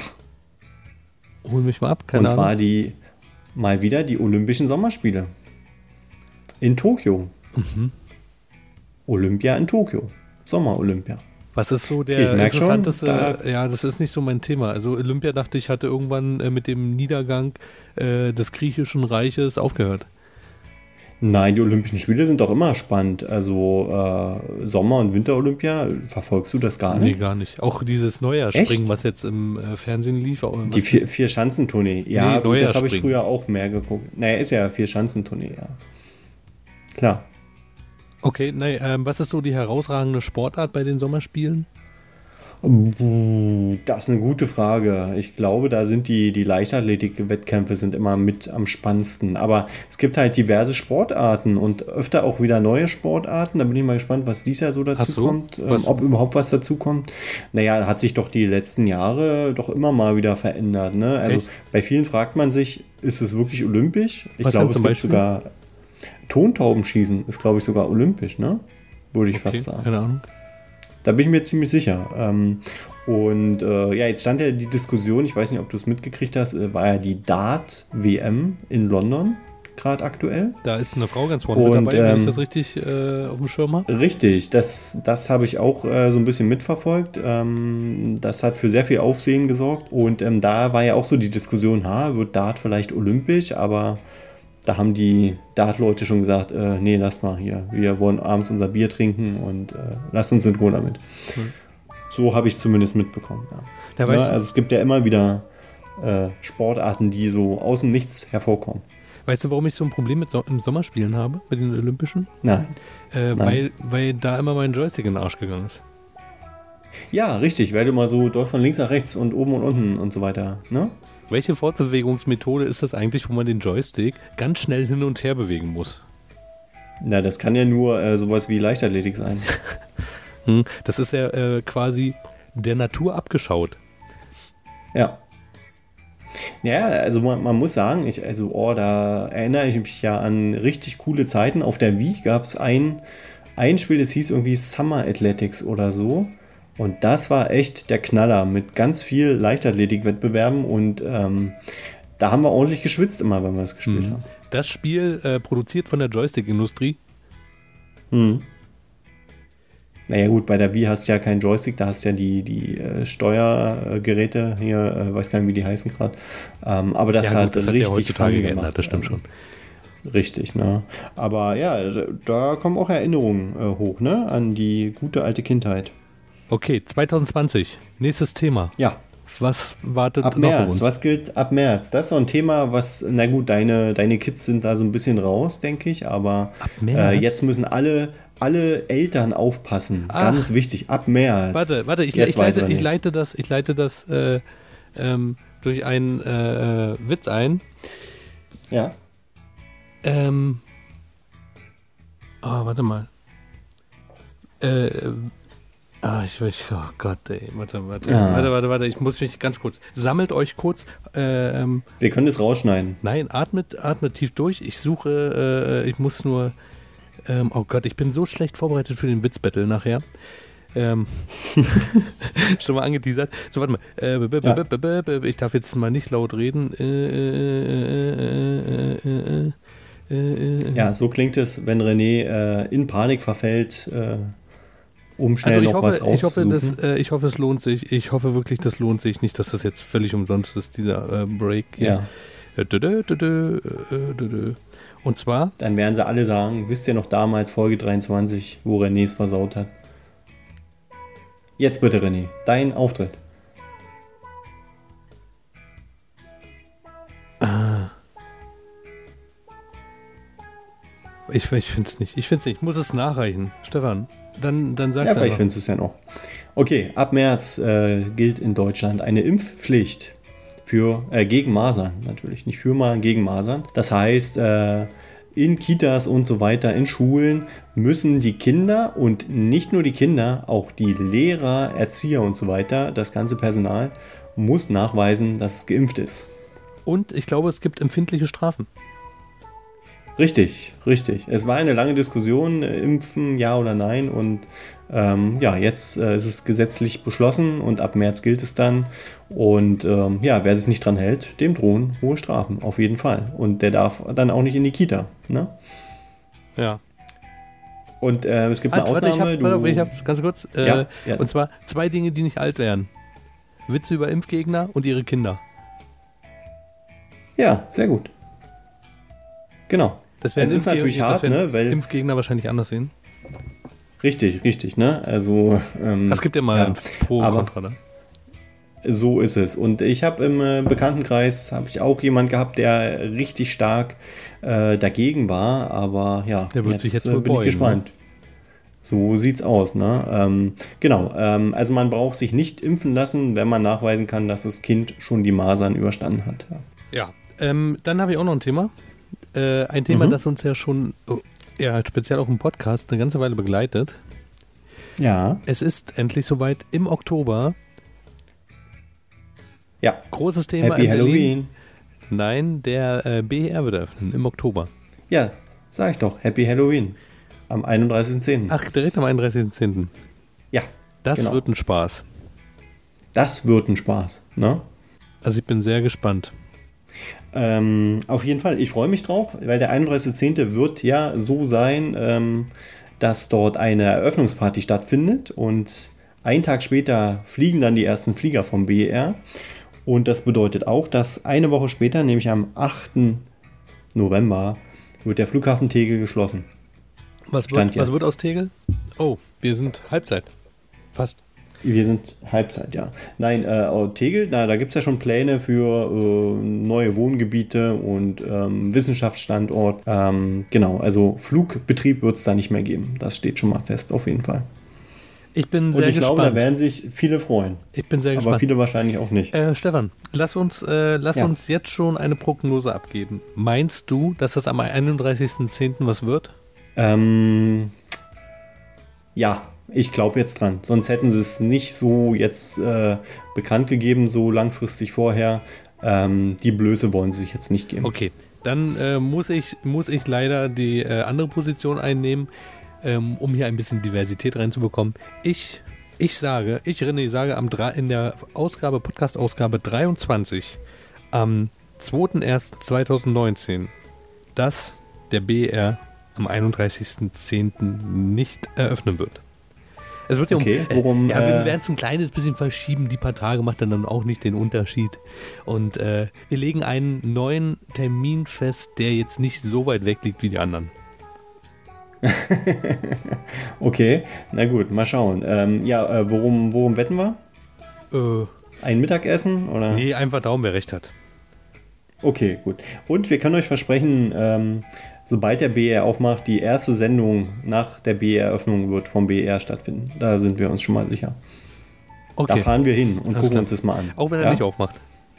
Hol mich mal ab, keine Und Ahnung. zwar die, mal wieder die Olympischen Sommerspiele. In Tokio. Mhm. Olympia in Tokio. Sommer-Olympia. Was ist so der okay, interessanteste? Schon, da ja, das ist nicht so mein Thema. Also Olympia, dachte ich, hatte irgendwann äh, mit dem Niedergang äh, des griechischen Reiches aufgehört. Nein, die Olympischen Spiele sind doch immer spannend. Also äh, Sommer- und Winter-Olympia, verfolgst du das gar nicht? Nee, gar nicht. Auch dieses Neujahrspringen, was jetzt im äh, Fernsehen lief. Die vier, Vier-Schanzentournee. Ja, nee, gut, das habe ich früher auch mehr geguckt. Naja, ist ja Vier-Schanzentournee, ja. Klar. Okay, nein, ähm, was ist so die herausragende Sportart bei den Sommerspielen? Das ist eine gute Frage. Ich glaube, da sind die, die Leichtathletik-Wettkämpfe sind immer mit am spannendsten. Aber es gibt halt diverse Sportarten und öfter auch wieder neue Sportarten. Da bin ich mal gespannt, was dieses Jahr so dazu so? kommt. Ähm, ob überhaupt was dazu kommt. Naja, hat sich doch die letzten Jahre doch immer mal wieder verändert. Ne? Also Echt? Bei vielen fragt man sich, ist es wirklich olympisch? Ich was glaube, es zum gibt Beispiel? sogar Tontaubenschießen ist, glaube ich, sogar olympisch, ne? Würde ich okay, fast sagen. Keine Ahnung. Da bin ich mir ziemlich sicher. Ähm, und äh, ja, jetzt stand ja die Diskussion, ich weiß nicht, ob du es mitgekriegt hast, äh, war ja die Dart-W M in London gerade aktuell. Da ist eine Frau ganz vorne mit dabei, wenn ähm, ich das richtig äh, auf dem Schirm habe. Richtig, das, das habe ich auch äh, so ein bisschen mitverfolgt. Ähm, das hat für sehr viel Aufsehen gesorgt. Und ähm, da war ja auch so die Diskussion, ha, wird Dart vielleicht olympisch? Aber da haben die Dart-Leute schon gesagt, äh, nee, lasst mal hier. Wir wollen abends unser Bier trinken und äh, lasst uns in Ruhe damit. Hm. So habe ich zumindest mitbekommen. Ja. Ja, ja, also es gibt ja immer wieder äh, Sportarten, die so aus dem Nichts hervorkommen. Weißt du, warum ich so ein Problem mit so- im Sommerspielen habe, mit den Olympischen? Nein. Äh, Nein. Weil, weil da immer mein Joystick in den Arsch gegangen ist. Ja, richtig, weil du mal so dort von links nach rechts und oben und unten und so weiter, ne? Welche Fortbewegungsmethode ist das eigentlich, wo man den Joystick ganz schnell hin und her bewegen muss? Na, das kann ja nur äh, sowas wie Leichtathletik sein. hm, das ist ja äh, quasi der Natur abgeschaut. Ja. Ja, also man, man muss sagen, ich, also, oh, da erinnere ich mich ja an richtig coole Zeiten. Auf der Wii gab es ein, ein Spiel, das hieß irgendwie Summer Athletics oder so. Und das war echt der Knaller mit ganz viel Leichtathletik-Wettbewerben und ähm, da haben wir ordentlich geschwitzt immer, wenn wir das gespielt mhm. haben. Das Spiel äh, produziert von der Joystick-Industrie. Hm. Naja gut, bei der Wii hast du ja keinen Joystick, da hast du ja die, die äh, Steuergeräte hier, äh, weiß gar nicht, wie die heißen gerade. Ähm, aber das ja, hat gut, das richtig hat ja heutzutage Fun geändert, gemacht. Das stimmt schon. Richtig, ne? Aber ja, da kommen auch Erinnerungen äh, hoch, ne? An die gute alte Kindheit. Okay, zwanzig zwanzig, nächstes Thema. Ja. Was wartet ab noch März? auf uns? Was gilt ab März? Das ist so ein Thema, was, na gut, deine, deine Kids sind da so ein bisschen raus, denke ich, aber äh, jetzt müssen alle, alle Eltern aufpassen. Ach. Ganz wichtig, ab März. Warte, warte, ich, ich, leite, ich leite das, ich leite das äh, ähm, durch einen äh, Witz ein. Ja. Ähm. Oh, warte mal. Äh. Ah, ich weiß, oh Gott, ey, warte, warte, ja. warte, warte, warte, ich muss mich ganz kurz, sammelt euch kurz. Äh, ähm, Wir können das rausschneiden. Nein, atmet, atmet tief durch, ich suche, äh, ich muss nur, ähm, oh Gott, ich bin so schlecht vorbereitet für den Witzbattle nachher. Ähm, schon mal angeteasert. So, warte mal, äh, b- b- b- b- b- ich darf jetzt mal nicht laut reden. Äh, äh, äh, äh, äh, äh, ja, so klingt es, wenn René äh, in Panik verfällt, äh, um schnell also ich noch hoffe, was auszusuchen. Ich hoffe, das, äh, ich hoffe, es lohnt sich. Ich hoffe wirklich, das lohnt sich. Nicht, dass das jetzt völlig umsonst ist, dieser äh, Break. Ja. Und zwar? Dann werden sie alle sagen, wisst ihr noch damals, Folge dreiundzwanzig, wo René es versaut hat? Jetzt bitte, René, dein Auftritt. Ah. Ich, ich finde es nicht. Ich finde es nicht. Ich muss es nachreichen. Stefan. Dann, dann sag's ja, vielleicht findest du es ja noch. Okay, ab März äh, gilt in Deutschland eine Impfpflicht für, äh, gegen Masern natürlich. Nicht für mal, gegen Masern. Das heißt, äh, in Kitas und so weiter, in Schulen müssen die Kinder und nicht nur die Kinder, auch die Lehrer, Erzieher und so weiter, das ganze Personal muss nachweisen, dass es geimpft ist. Und ich glaube, es gibt empfindliche Strafen. Richtig, richtig. Es war eine lange Diskussion, äh, impfen, ja oder nein. Und ähm, ja, jetzt äh, ist es gesetzlich beschlossen und ab März gilt es dann. Und ähm, ja, wer sich nicht dran hält, dem drohen hohe Strafen, auf jeden Fall. Und der darf dann auch nicht in die Kita. Ne? Ja. Und äh, es gibt halt, eine Ausnahme. Warte, ich hab's, du, ich hab's ganz kurz. Äh, ja, ja. Und zwar zwei Dinge, die nicht alt wären. Witze über Impfgegner und ihre Kinder. Ja, sehr gut. Genau. Das wäre ist natürlich hart, ne? Weil Impfgegner wahrscheinlich anders sehen. Richtig, richtig, ne? Also ähm, es gibt ja mal ja, Pro und Contra, ne? So ist es. Und ich habe im äh, Bekanntenkreis habe ich auch jemand gehabt, der richtig stark äh, dagegen war, aber ja, der wird jetzt, sich jetzt äh, bin beugen, ich gespannt. Ne? So sieht's aus, ne? Ähm, genau. Ähm, also man braucht sich nicht impfen lassen, wenn man nachweisen kann, dass das Kind schon die Masern überstanden hat. Ja. ja ähm, dann habe ich auch noch ein Thema. Äh, ein Thema, mhm. das uns ja schon, oh, ja, speziell auch im Podcast eine ganze Weile begleitet. Ja. Es ist endlich soweit im Oktober. Ja. Großes Thema. Happy Halloween. Nein, der äh, B E R wird öffnen im Oktober. Ja, sag ich doch. Happy Halloween. Am einunddreißigsten zehnten Ach, direkt am einunddreißigsten zehnten Ja. Das genau. wird ein Spaß. Das wird ein Spaß, ne? Also ich bin sehr gespannt. Ähm, auf jeden Fall, ich freue mich drauf, weil der einunddreißigster zehnte wird ja so sein, ähm, dass dort eine Eröffnungsparty stattfindet und einen Tag später fliegen dann die ersten Flieger vom B E R. Und das bedeutet auch, dass eine Woche später, nämlich am achten November, wird der Flughafen Tegel geschlossen. Was wird, was wird aus Tegel? Oh, wir sind Halbzeit. Fast. Wir sind Halbzeit, ja. Nein, äh, Tegel, na, da gibt es ja schon Pläne für äh, neue Wohngebiete und ähm, Wissenschaftsstandort. Ähm, genau, also Flugbetrieb wird es da nicht mehr geben. Das steht schon mal fest, auf jeden Fall. Ich bin sehr und ich gespannt. glaube, da werden sich viele freuen. Ich bin sehr aber gespannt. Aber viele wahrscheinlich auch nicht. Äh, Stefan, lass uns, äh, lass ja. uns jetzt schon eine Prognose abgeben. Meinst du, dass das am einunddreißigsten zehnten was wird? Ähm, ja, ich glaube jetzt dran. Sonst hätten sie es nicht so jetzt äh, bekannt gegeben, so langfristig vorher. Ähm, die Blöße wollen sie sich jetzt nicht geben. Okay, dann äh, muss, ich, muss ich leider die äh, andere Position einnehmen, ähm, um hier ein bisschen Diversität reinzubekommen. Ich, ich sage, ich René sage am in der Ausgabe, Podcast-Ausgabe dreiundzwanzig, am zweiter erster zweitausendneunzehn, dass der B E R am einunddreißigsten zehnten nicht eröffnen wird. Es wird ja okay, um, worum, ja, wir äh, werden es ein kleines bisschen verschieben. Die paar Tage macht dann auch nicht den Unterschied. Und äh, wir legen einen neuen Termin fest, der jetzt nicht so weit weg liegt wie die anderen. Okay, na gut, mal schauen. Ähm, ja, äh, worum, worum wetten wir? Äh, Ein Mittagessen? Oder? Nee, einfach Daumen, wer recht hat. Okay, gut. Und wir können euch versprechen, ähm, sobald der B E R aufmacht, die erste Sendung nach der B E R-Eröffnung wird vom B E R stattfinden. Da sind wir uns schon mal sicher. Okay. Da fahren wir hin und Alles gucken klar. uns das mal an. Auch wenn er ja? nicht aufmacht.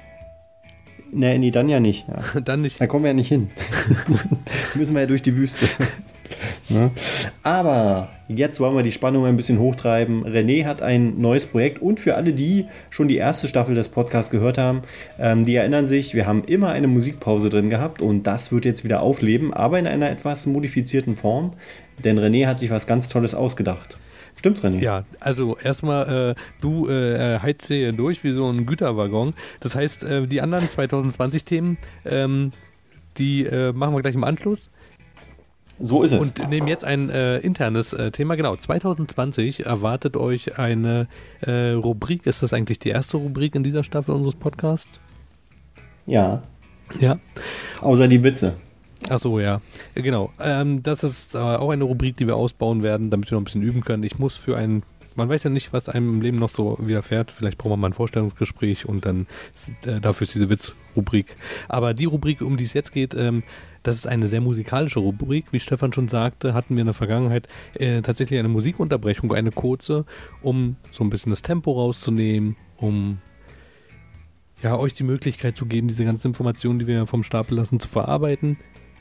Nee, nee, dann ja nicht. Ja. Dann nicht. Da kommen wir ja nicht hin. Müssen wir ja durch die Wüste. Ja. Aber jetzt wollen wir die Spannung ein bisschen hochtreiben. René hat ein neues Projekt und für alle, die schon die erste Staffel des Podcasts gehört haben, ähm, die erinnern sich, wir haben immer eine Musikpause drin gehabt und das wird jetzt wieder aufleben, aber in einer etwas modifizierten Form, denn René hat sich was ganz Tolles ausgedacht. Stimmt's, René? Ja, also erstmal, äh, du äh, heizt hier durch wie so ein Güterwaggon. Das heißt, äh, die anderen zwanzig zwanzig Themen, ähm, die äh, machen wir gleich im Anschluss. So ist es. Und nehmen jetzt ein äh, internes äh, Thema. Genau, zwanzig zwanzig erwartet euch eine äh, Rubrik. Ist das eigentlich die erste Rubrik in dieser Staffel unseres Podcasts? Ja. Ja. Außer die Witze. Ach so, ja. Genau. Ähm, das ist äh, auch eine Rubrik, die wir ausbauen werden, damit wir noch ein bisschen üben können. Ich muss für ein, man weiß ja nicht, was einem im Leben noch so widerfährt. Vielleicht brauchen wir mal ein Vorstellungsgespräch und dann äh, dafür ist diese Witzrubrik. Aber die Rubrik, um die es jetzt geht, ähm, das ist eine sehr musikalische Rubrik. Wie Stefan schon sagte, hatten wir in der Vergangenheit äh, tatsächlich eine Musikunterbrechung, eine kurze, um so ein bisschen das Tempo rauszunehmen, um ja, euch die Möglichkeit zu geben, diese ganzen Informationen, die wir vom Stapel lassen, zu verarbeiten.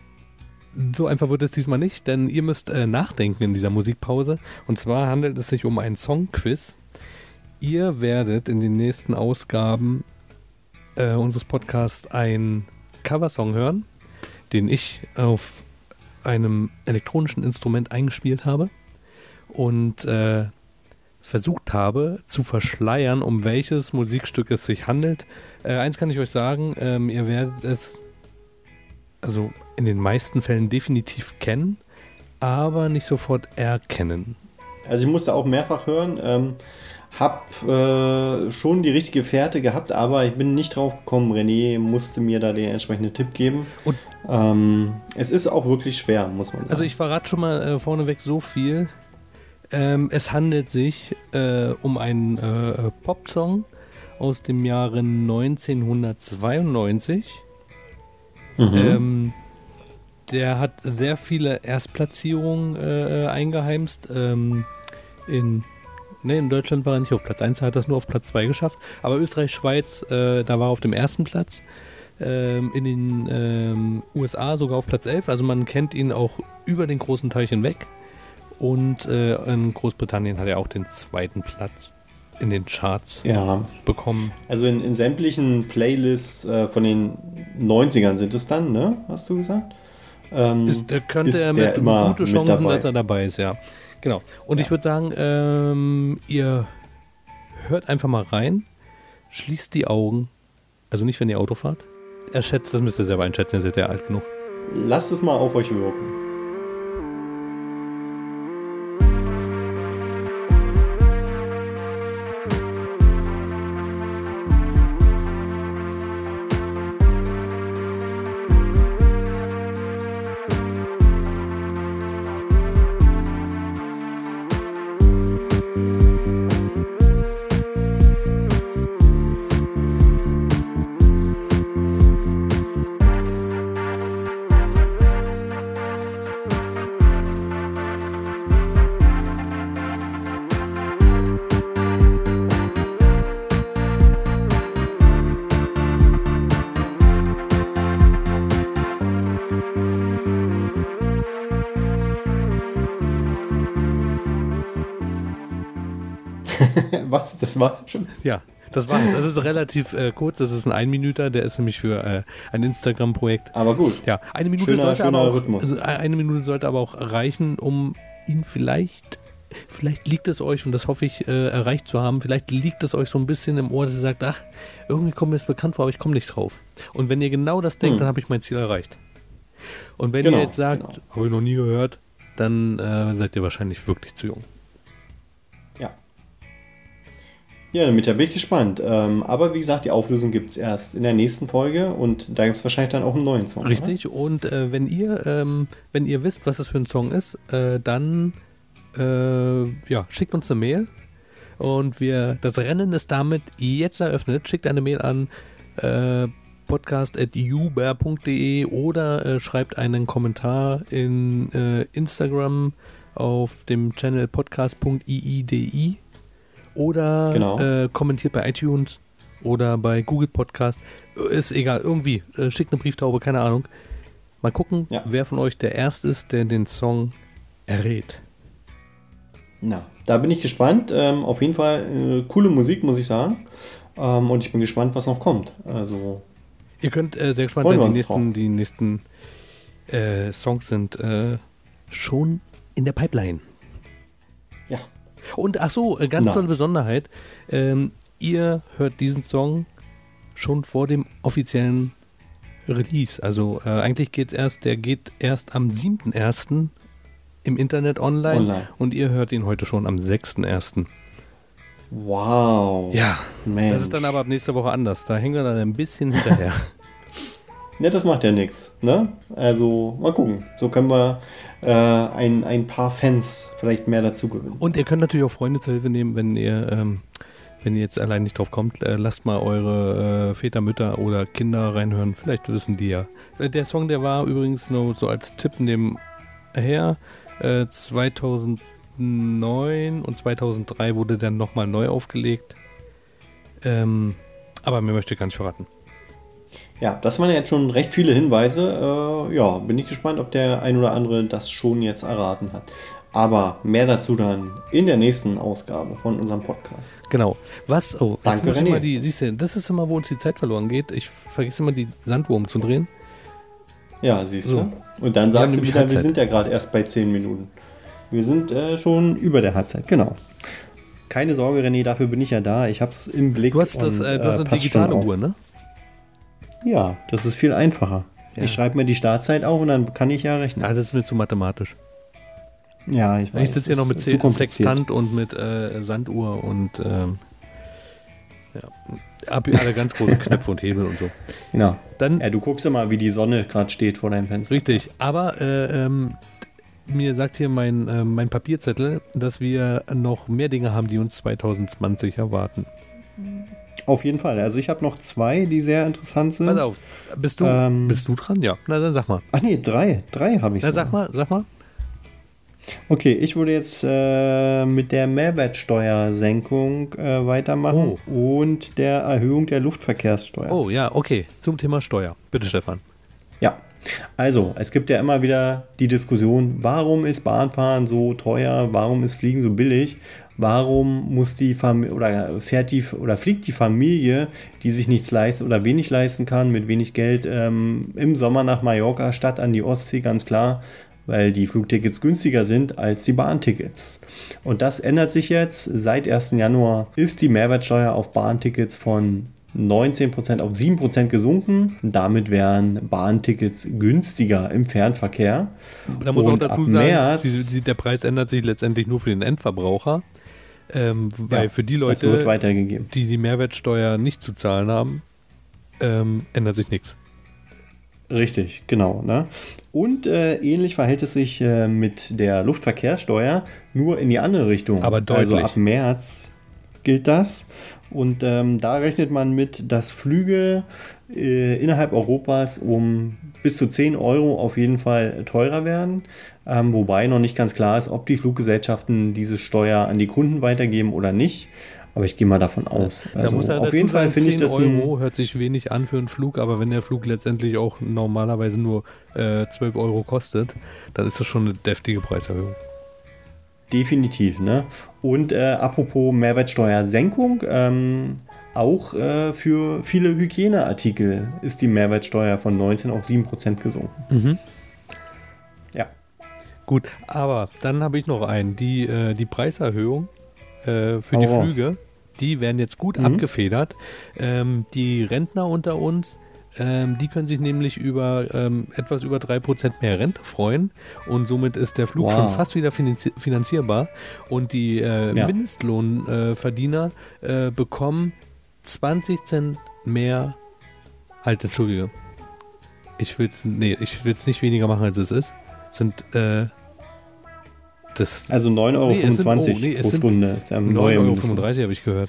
So einfach wird es diesmal nicht, denn ihr müsst äh, nachdenken in dieser Musikpause. Und zwar handelt es sich um einen Songquiz. Ihr werdet in den nächsten Ausgaben äh, unseres Podcasts einen Coversong hören, den ich auf einem elektronischen Instrument eingespielt habe und äh, versucht habe zu verschleiern, um welches Musikstück es sich handelt. Äh, eins kann ich euch sagen, ähm, ihr werdet es also in den meisten Fällen definitiv kennen, aber nicht sofort erkennen. Also ich musste auch mehrfach hören, ähm, hab äh, schon die richtige Fährte gehabt, aber ich bin nicht drauf gekommen. René musste mir da den entsprechenden Tipp geben. Und ähm, es ist auch wirklich schwer, muss man sagen. Also ich verrate schon mal äh, vorneweg so viel. Ähm, es handelt sich äh, um einen äh, Popsong aus dem Jahre neunzehnhundertzweiundneunzig. Mhm. Ähm, der hat sehr viele Erstplatzierungen äh, eingeheimst. Ähm, in, ne, in Deutschland war er nicht auf Platz eins, er hat das nur auf Platz zwei geschafft. Aber Österreich, Schweiz, äh, da war er auf dem ersten Platz. Ähm, in den ähm, U S A sogar auf Platz elf. Also man kennt ihn auch über den großen Teich hinweg. Und äh, in Großbritannien hat er auch den zweiten Platz in den Charts ja. bekommen. Also in, in sämtlichen Playlists äh, von den neunzigern sind es dann, ne? Hast du gesagt? Ähm, ist, da könnte ist er mit gute Chancen, dass er dabei ist, ja. Genau. Und ja. ich würde sagen, ähm, ihr hört einfach mal rein, schließt die Augen, also nicht, wenn ihr Auto fahrt, Er schätzt, das müsst ihr selber einschätzen, ihr seid ja alt genug. Lasst es mal auf euch wirken. Was? Das war's schon? Ja, das war's. Das ist relativ äh, kurz. Das ist ein Ein-Minüter. Der ist nämlich für äh, ein Instagram-Projekt. Aber gut. Ja, eine Minute, schöner, sollte schöner aber auch, Rhythmus. also eine Minute sollte aber auch reichen, um ihn vielleicht, vielleicht liegt es euch, und das hoffe ich, äh, erreicht zu haben, vielleicht liegt es euch so ein bisschen im Ohr, dass ihr sagt, ach, irgendwie kommt mir das bekannt vor, aber ich komme nicht drauf. Und wenn ihr genau das denkt, hm. dann habe ich mein Ziel erreicht. Und wenn genau, ihr jetzt sagt, genau. habe ich noch nie gehört, dann äh, seid ihr wahrscheinlich wirklich zu jung. Ja. Ja, damit bin ich gespannt. Ähm, aber wie gesagt, die Auflösung gibt es erst in der nächsten Folge und da gibt es wahrscheinlich dann auch einen neuen Song. Richtig, oder? Und äh, wenn ihr ähm, wenn ihr wisst, was das für ein Song ist, äh, dann äh, ja, schickt uns eine Mail und wir, das Rennen ist damit jetzt eröffnet. Schickt eine Mail an äh, podcast at uber punkt de oder äh, schreibt einen Kommentar in äh, Instagram auf dem Channel podcast punkt iidi oder genau. äh, kommentiert bei iTunes oder bei Google Podcast. Ist egal, irgendwie. Äh, schickt eine Brieftaube, keine Ahnung. Mal gucken, ja. wer von euch der Erste ist, der den Song errät. Na, da bin ich gespannt. Ähm, auf jeden Fall äh, coole Musik, muss ich sagen. Ähm, und ich bin gespannt, was noch kommt. Also ihr könnt äh, sehr gespannt sein. Die nächsten, die nächsten äh, Songs sind äh, schon in der Pipeline. Ja. Und ach so, ganz Na. tolle Besonderheit. Ähm, ihr hört diesen Song schon vor dem offiziellen Release. Also äh, eigentlich geht's erst, der geht erst am siebten ersten im Internet online, online und ihr hört ihn heute schon am sechsten ersten Wow. Ja, Mensch. Das ist dann aber ab nächster Woche anders. Da hängen wir dann ein bisschen hinterher. Ja, das macht ja nichts. Ne? Also mal gucken. So können wir äh, ein, ein paar Fans vielleicht mehr dazu gewinnen. Und ihr könnt natürlich auch Freunde zur Hilfe nehmen, wenn ihr, ähm, wenn ihr jetzt allein nicht drauf kommt. Äh, lasst mal eure äh, Väter, Mütter oder Kinder reinhören. Vielleicht wissen die ja. Der Song, der war übrigens nur so als Tipp nebenher. Äh, zweitausendneun und zweitausenddrei wurde dann nochmal neu aufgelegt. Ähm, aber mir möchte ich gar nicht verraten. Ja, das waren jetzt schon recht viele Hinweise. Äh, ja, bin ich gespannt, ob der ein oder andere das schon jetzt erraten hat. Aber mehr dazu dann in der nächsten Ausgabe von unserem Podcast. Genau. Was? Oh, danke, René. Immer die, siehst du, das ist immer, wo uns die Zeit verloren geht. Ich vergesse immer, die Sanduhr umzudrehen. Ja, siehst du. So. Und dann sagst du wieder, Halbzeit. Wir sind ja gerade erst bei zehn Minuten. Wir sind äh, schon über der Halbzeit, genau. Keine Sorge, René, dafür bin ich ja da. Ich hab's im Blick. Du hast, das, und, äh, du hast eine digitale Uhr, ne? Ja, das ist viel einfacher. Ja. Ich schreibe mir die Startzeit auf und dann kann ich ja rechnen. Ah, das ist mir zu mathematisch. Ja, ich weiß. Ich sitze hier noch mit Sextant und mit äh, Sanduhr und ähm, ja, habe alle ganz große Knöpfe und Hebel und so. Genau. Dann, ja, du guckst immer, wie die Sonne gerade steht vor deinem Fenster. Richtig, aber äh, ähm, mir sagt hier mein, äh, mein Papierzettel, dass wir noch mehr Dinge haben, die uns zwanzig zwanzig erwarten. Auf jeden Fall. Also ich habe noch zwei, die sehr interessant sind. Pass auf. Bist du, ähm, bist du dran? Ja. Na, dann sag mal. Ach nee, drei. Drei habe ich. Na, sag mal, sag mal. Okay, ich würde jetzt äh, mit der Mehrwertsteuersenkung äh, weitermachen oh. und der Erhöhung der Luftverkehrssteuer. Oh ja, okay. Zum Thema Steuer. Bitte, Stefan. Ja. Also, es gibt ja immer wieder die Diskussion, warum ist Bahnfahren so teuer, warum ist Fliegen so billig, warum muss die Familie oder fährt die oder fliegt die Familie, die sich nichts leisten oder wenig leisten kann, mit wenig Geld ähm, im Sommer nach Mallorca statt an die Ostsee, ganz klar, weil die Flugtickets günstiger sind als die Bahntickets. Und das ändert sich jetzt. Seit ersten Januar ist die Mehrwertsteuer auf Bahntickets von neunzehn Prozent auf sieben Prozent gesunken. Damit wären Bahntickets günstiger im Fernverkehr. Da muss man auch dazu sagen, März, die, die, der Preis ändert sich letztendlich nur für den Endverbraucher. Ähm, weil ja, für die Leute, die die Mehrwertsteuer nicht zu zahlen haben, ähm, ändert sich nichts. Richtig, genau. Ne? Und äh, ähnlich verhält es sich äh, mit der Luftverkehrssteuer, nur in die andere Richtung. Aber deutlich. Also ab März gilt das. Und ähm, da rechnet man mit, dass Flüge äh, innerhalb Europas um bis zu zehn Euro auf jeden Fall teurer werden. Ähm, wobei noch nicht ganz klar ist, ob die Fluggesellschaften diese Steuer an die Kunden weitergeben oder nicht. Aber ich gehe mal davon aus. Also muss auf jeden Fall finde ich das zehn Euro hört sich wenig an für einen Flug, aber wenn der Flug letztendlich auch normalerweise nur äh, zwölf Euro kostet, dann ist das schon eine deftige Preiserhöhung. Definitiv, ne? Und äh, apropos Mehrwertsteuersenkung, ähm, auch äh, für viele Hygieneartikel ist die Mehrwertsteuer von neunzehn auf sieben Prozent gesunken. Mhm. Ja. Gut, aber dann habe ich noch einen. Die, äh, die Preiserhöhung äh, für Hau die raus. Flüge, die werden jetzt gut Mhm. abgefedert. Ähm, die Rentner unter uns, ähm, die können sich nämlich über ähm, etwas über drei Prozent mehr Rente freuen und somit ist der Flug Wow. schon fast wieder finanzi- finanzierbar und die äh, Ja. Mindestlohnverdiener äh, äh, bekommen zwanzig Cent mehr. Halt, entschuldige. Ich will's, nee, ich will's nicht weniger machen, als es ist. Es sind, äh, das. Also neun Euro fünfundzwanzig Nee, es sind- oh, nee, es pro Stunde ist der neun neue Euro Mindestlohn. fünfunddreißig habe ich gehört.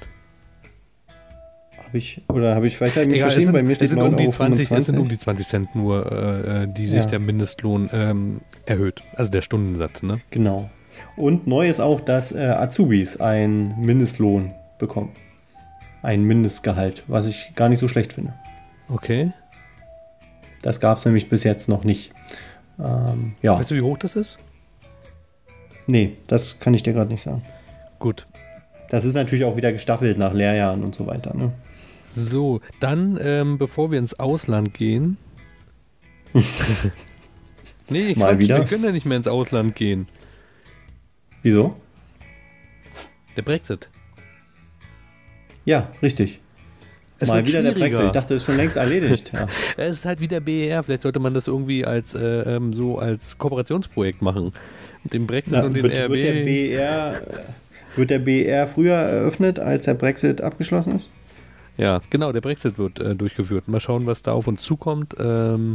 Hab ich, oder habe ich vielleicht hab ich mich Egal, es verstehen? sind, Bei mir es steht sind neun um die Euro zwanzig, es sind um fünfundzwanzig. die zwanzig Cent nur, äh, die sich Ja. der Mindestlohn ähm, erhöht. Also der Stundensatz, ne? Genau. Und neu ist auch, dass äh, Azubis einen Mindestlohn bekommen. Ein Mindestgehalt, was ich gar nicht so schlecht finde. Okay. Das gab es nämlich bis jetzt noch nicht. Ähm, ja, Weißt du, wie hoch das ist? nee, das kann ich dir gerade nicht sagen. Gut. Das ist natürlich auch wieder gestaffelt nach Lehrjahren und so weiter. Ne? So, dann, ähm, bevor wir ins Ausland gehen. nee, Mal Quatsch, wieder? wir können ja nicht mehr ins Ausland gehen. Wieso? Der Brexit. Ja, richtig. Es Mal wird wieder der schwieriger. Brexit. Ich dachte, das ist schon längst erledigt. Ja. Es ist halt wie der B E R. Vielleicht sollte man das irgendwie als äh, ähm, so als Kooperationsprojekt machen. Mit dem Brexit Na, und den wird, R B. wird, der B E R, äh, wird der B E R früher eröffnet, als der Brexit abgeschlossen ist? Ja, genau, der Brexit wird äh, durchgeführt. Mal schauen, was da auf uns zukommt. Ähm,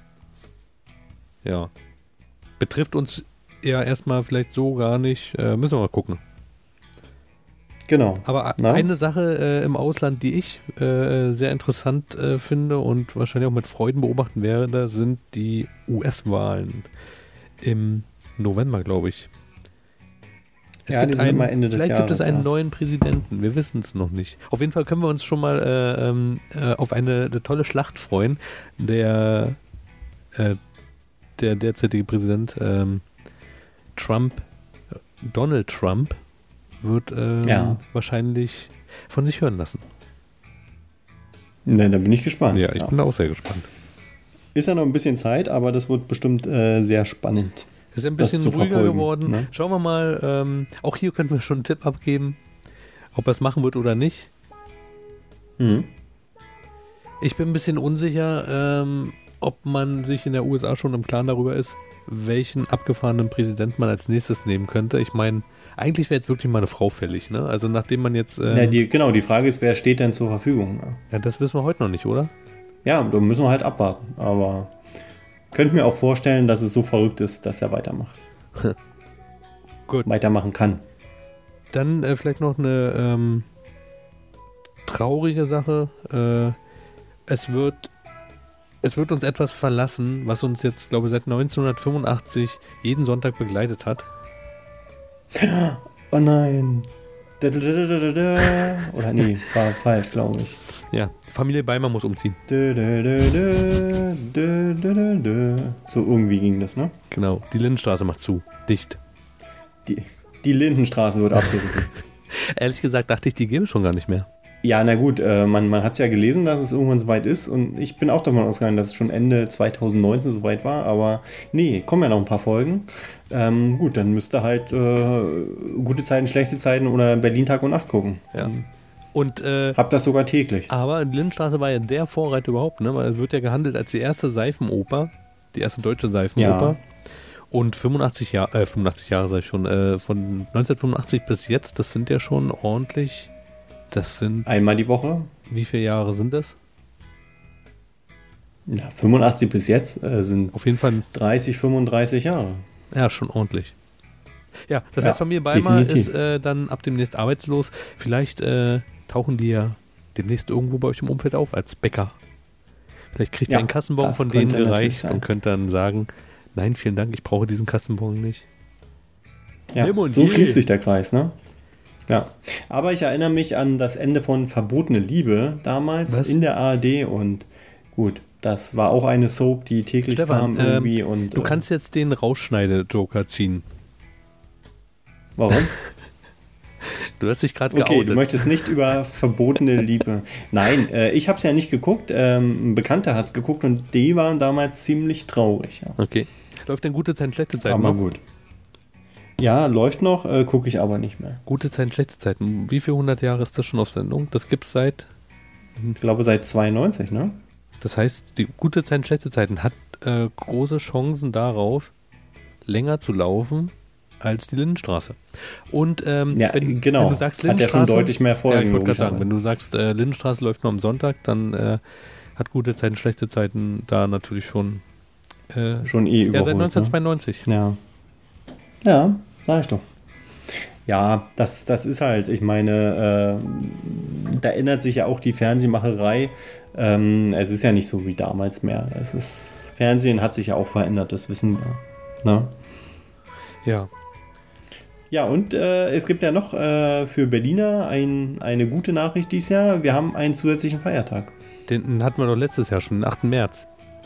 ja. Betrifft uns ja erstmal vielleicht so gar nicht. Äh, müssen wir mal gucken. Genau. Aber a- Na? eine Sache äh, im Ausland, die ich äh, sehr interessant äh, finde und wahrscheinlich auch mit Freuden beobachten werde, sind die U S-Wahlen im November, glaube ich. Es Ja, die gibt sind einen, immer Ende des vielleicht gibt es Jahres, einen ja. neuen Präsidenten, wir wissen es noch nicht. Auf jeden Fall können wir uns schon mal äh, ähm, äh, auf eine, eine tolle Schlacht freuen. Der, äh, der derzeitige Präsident ähm, Trump, Donald Trump, wird ähm, Ja. wahrscheinlich von sich hören lassen. Ne, da bin ich gespannt. Ja, ich bin da auch sehr gespannt. Ist ja noch ein bisschen Zeit, aber das wird bestimmt äh, sehr spannend. Ist ein das bisschen zu ruhiger verfolgen, geworden. ne? Schauen wir mal, ähm, auch hier könnten wir schon einen Tipp abgeben, ob er es machen wird oder nicht. Mhm. Ich bin ein bisschen unsicher, ähm, ob man sich in der U S A schon im Klaren darüber ist, welchen abgefahrenen Präsident man als nächstes nehmen könnte. Ich meine, eigentlich wäre jetzt wirklich mal eine Frau fällig, ne? Also nachdem man jetzt... Ähm, Ja, die, genau, die Frage ist, wer steht denn zur Verfügung? ja, das wissen wir heute noch nicht, oder? Ja, da müssen wir halt abwarten. Aber könnte mir auch vorstellen, dass es so verrückt ist, dass er weitermacht. Gut. Weitermachen kann. Dann äh, vielleicht noch eine ähm, traurige Sache. Äh, es wird es wird uns etwas verlassen, was uns jetzt, glaube ich, seit neunzehnhundertfünfundachtzig jeden Sonntag begleitet hat. Oh nein. Da, da, da, da, da, da. Oder nee, war falsch, glaube ich. Ja, die Familie Beimer muss umziehen. Da, da, da, da, da, da, da, da. So irgendwie ging das, ne? Genau, die Lindenstraße macht zu. Dicht. Die, die Lindenstraße wird abgerissen. Ehrlich gesagt dachte ich, die gäbe es schon gar nicht mehr. Ja, na gut, äh, man, man hat es ja gelesen, dass es irgendwann soweit ist und ich bin auch davon ausgegangen, dass es schon Ende zweitausendneunzehn soweit war, aber nee, kommen ja noch ein paar Folgen. Ähm, gut, dann müsst ihr halt äh, gute Zeiten, schlechte Zeiten oder Berlin Tag und Nacht gucken. Ja. Und, äh, hab das sogar täglich. Aber die Lindenstraße war ja der Vorreiter überhaupt, ne? Weil es wird ja gehandelt als die erste Seifenoper, die erste deutsche Seifenoper. Ja. Und fünfundachtzig Jahre, äh, fünfundachtzig Jahre sei schon, äh, von neunzehnhundertfünfundachtzig bis jetzt, das sind ja schon ordentlich, das sind... Einmal die Woche. Wie viele Jahre sind das? Ja, fünfundachtzig bis jetzt äh, sind auf jeden Fall dreißig, fünfunddreißig Jahre. Ja, schon ordentlich. Ja, das ja, heißt, Familie Beimer ist äh, dann ab demnächst arbeitslos. Vielleicht äh, tauchen die ja demnächst irgendwo bei euch im Umfeld auf als Bäcker. Vielleicht kriegt ihr ja, einen Kassenbon von denen gereicht und könnt dann sagen, nein, vielen Dank, ich brauche diesen Kassenbon nicht. Ja, so schließt sich der Kreis, ne? Ja, aber ich erinnere mich an das Ende von Verbotene Liebe damals Was? in der A R D und gut, das war auch eine Soap, die täglich Stefan, kam irgendwie. Ähm, und du kannst jetzt den Rausschneide-Joker ziehen. Warum? Du hast dich gerade okay, geoutet. Okay, du möchtest nicht über verbotene Liebe. Nein, äh, ich habe es ja nicht geguckt. Ähm, ein Bekannter hat es geguckt und die waren damals ziemlich traurig. Ja. Okay. Läuft denn gute Zeiten, schlechte Zeiten aber noch? gut. Ja, läuft noch, äh, gucke ich aber nicht mehr. Gute Zeiten, schlechte Zeiten. Wie viele hundert Jahre ist das schon auf Sendung? Das gibt es seit... Ich glaube seit zweiundneunzig, ne? Das heißt, die gute Zeiten, schlechte Zeiten hat äh, große Chancen darauf, länger zu laufen als die Lindenstraße. Und ähm, ja, wenn, genau. wenn du sagst Lindenstraße... Hat ja schon deutlich mehr Folgen. Ja, ich wollte gerade sagen, wenn du sagst, äh, Lindenstraße läuft nur am Sonntag, dann äh, hat gute Zeiten, schlechte Zeiten da natürlich schon... Äh, schon eh überholt. Ja, seit neunzehnhundertzweiundneunzig. Ne? Ja. Ja, sag ich doch. Ja, das, das ist halt, ich meine, äh, da ändert sich ja auch die Fernsehmacherei. Ähm, es ist ja nicht so wie damals mehr. Es ist, Fernsehen hat sich ja auch verändert, das wissen wir. Ne? Ja. Ja, und äh, es gibt ja noch äh, für Berliner ein, eine gute Nachricht dieses Jahr. Wir haben einen zusätzlichen Feiertag. Den hatten wir doch letztes Jahr schon, den achten März.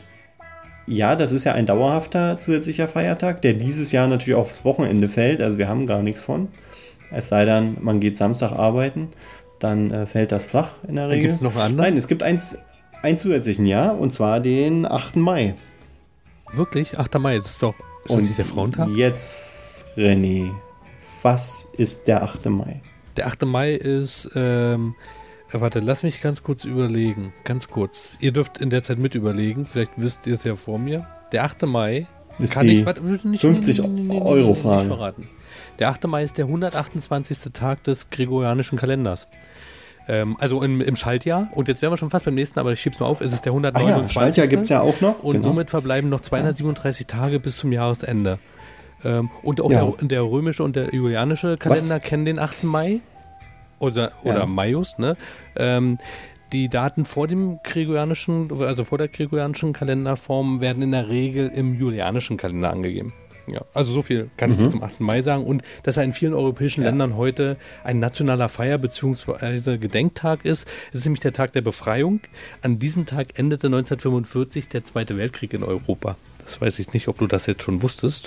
Ja, das ist ja ein dauerhafter zusätzlicher Feiertag, der dieses Jahr natürlich aufs Wochenende fällt. Also wir haben gar nichts von. Es sei denn, man geht Samstag arbeiten, dann äh, fällt das flach in der Regel. Gibt es noch einen anderen? Nein, es gibt einen, einen zusätzlichen Jahr, und zwar den achten Mai. Wirklich? achter Mai, das ist doch... Ist und das nicht der Frauentag? Jetzt, René, was ist der achte Mai? Der achte Mai ist... Ähm, warte, lass mich ganz kurz überlegen. Ganz kurz. Ihr dürft in der Zeit mit überlegen. Vielleicht wisst ihr es ja vor mir. Der achte Mai... Ist kann die ich, warte, nicht, fünfzig Euro Frage. Verraten. Der achte Mai ist der hundertachtundzwanzigste Tag des gregorianischen Kalenders. Ähm, also im, im Schaltjahr. Und jetzt wären wir schon fast beim nächsten, aber ich schieb's mal auf. Es ist der hundertneunundzwanzigste. Ah ja, Schaltjahr gibt es ja auch noch. Und genau. Somit verbleiben noch zweihundertsiebenunddreißig Tage bis zum Jahresende. Ähm, und auch ja. der, der römische und der julianische Kalender Was? kennen den achten Mai. Oder, oder ja. Maius, ne? Ähm, die Daten vor dem gregorianischen, also vor der gregorianischen Kalenderform werden in der Regel im julianischen Kalender angegeben. Ja, also so viel kann ich mhm. zum achten Mai sagen. Und dass er in vielen europäischen ja. Ländern heute ein nationaler Feier- bzw. Gedenktag ist. Es ist nämlich der Tag der Befreiung. An diesem Tag endete neunzehnhundertfünfundvierzig der Zweite Weltkrieg in Europa. Das weiß ich nicht, ob du das jetzt schon wusstest.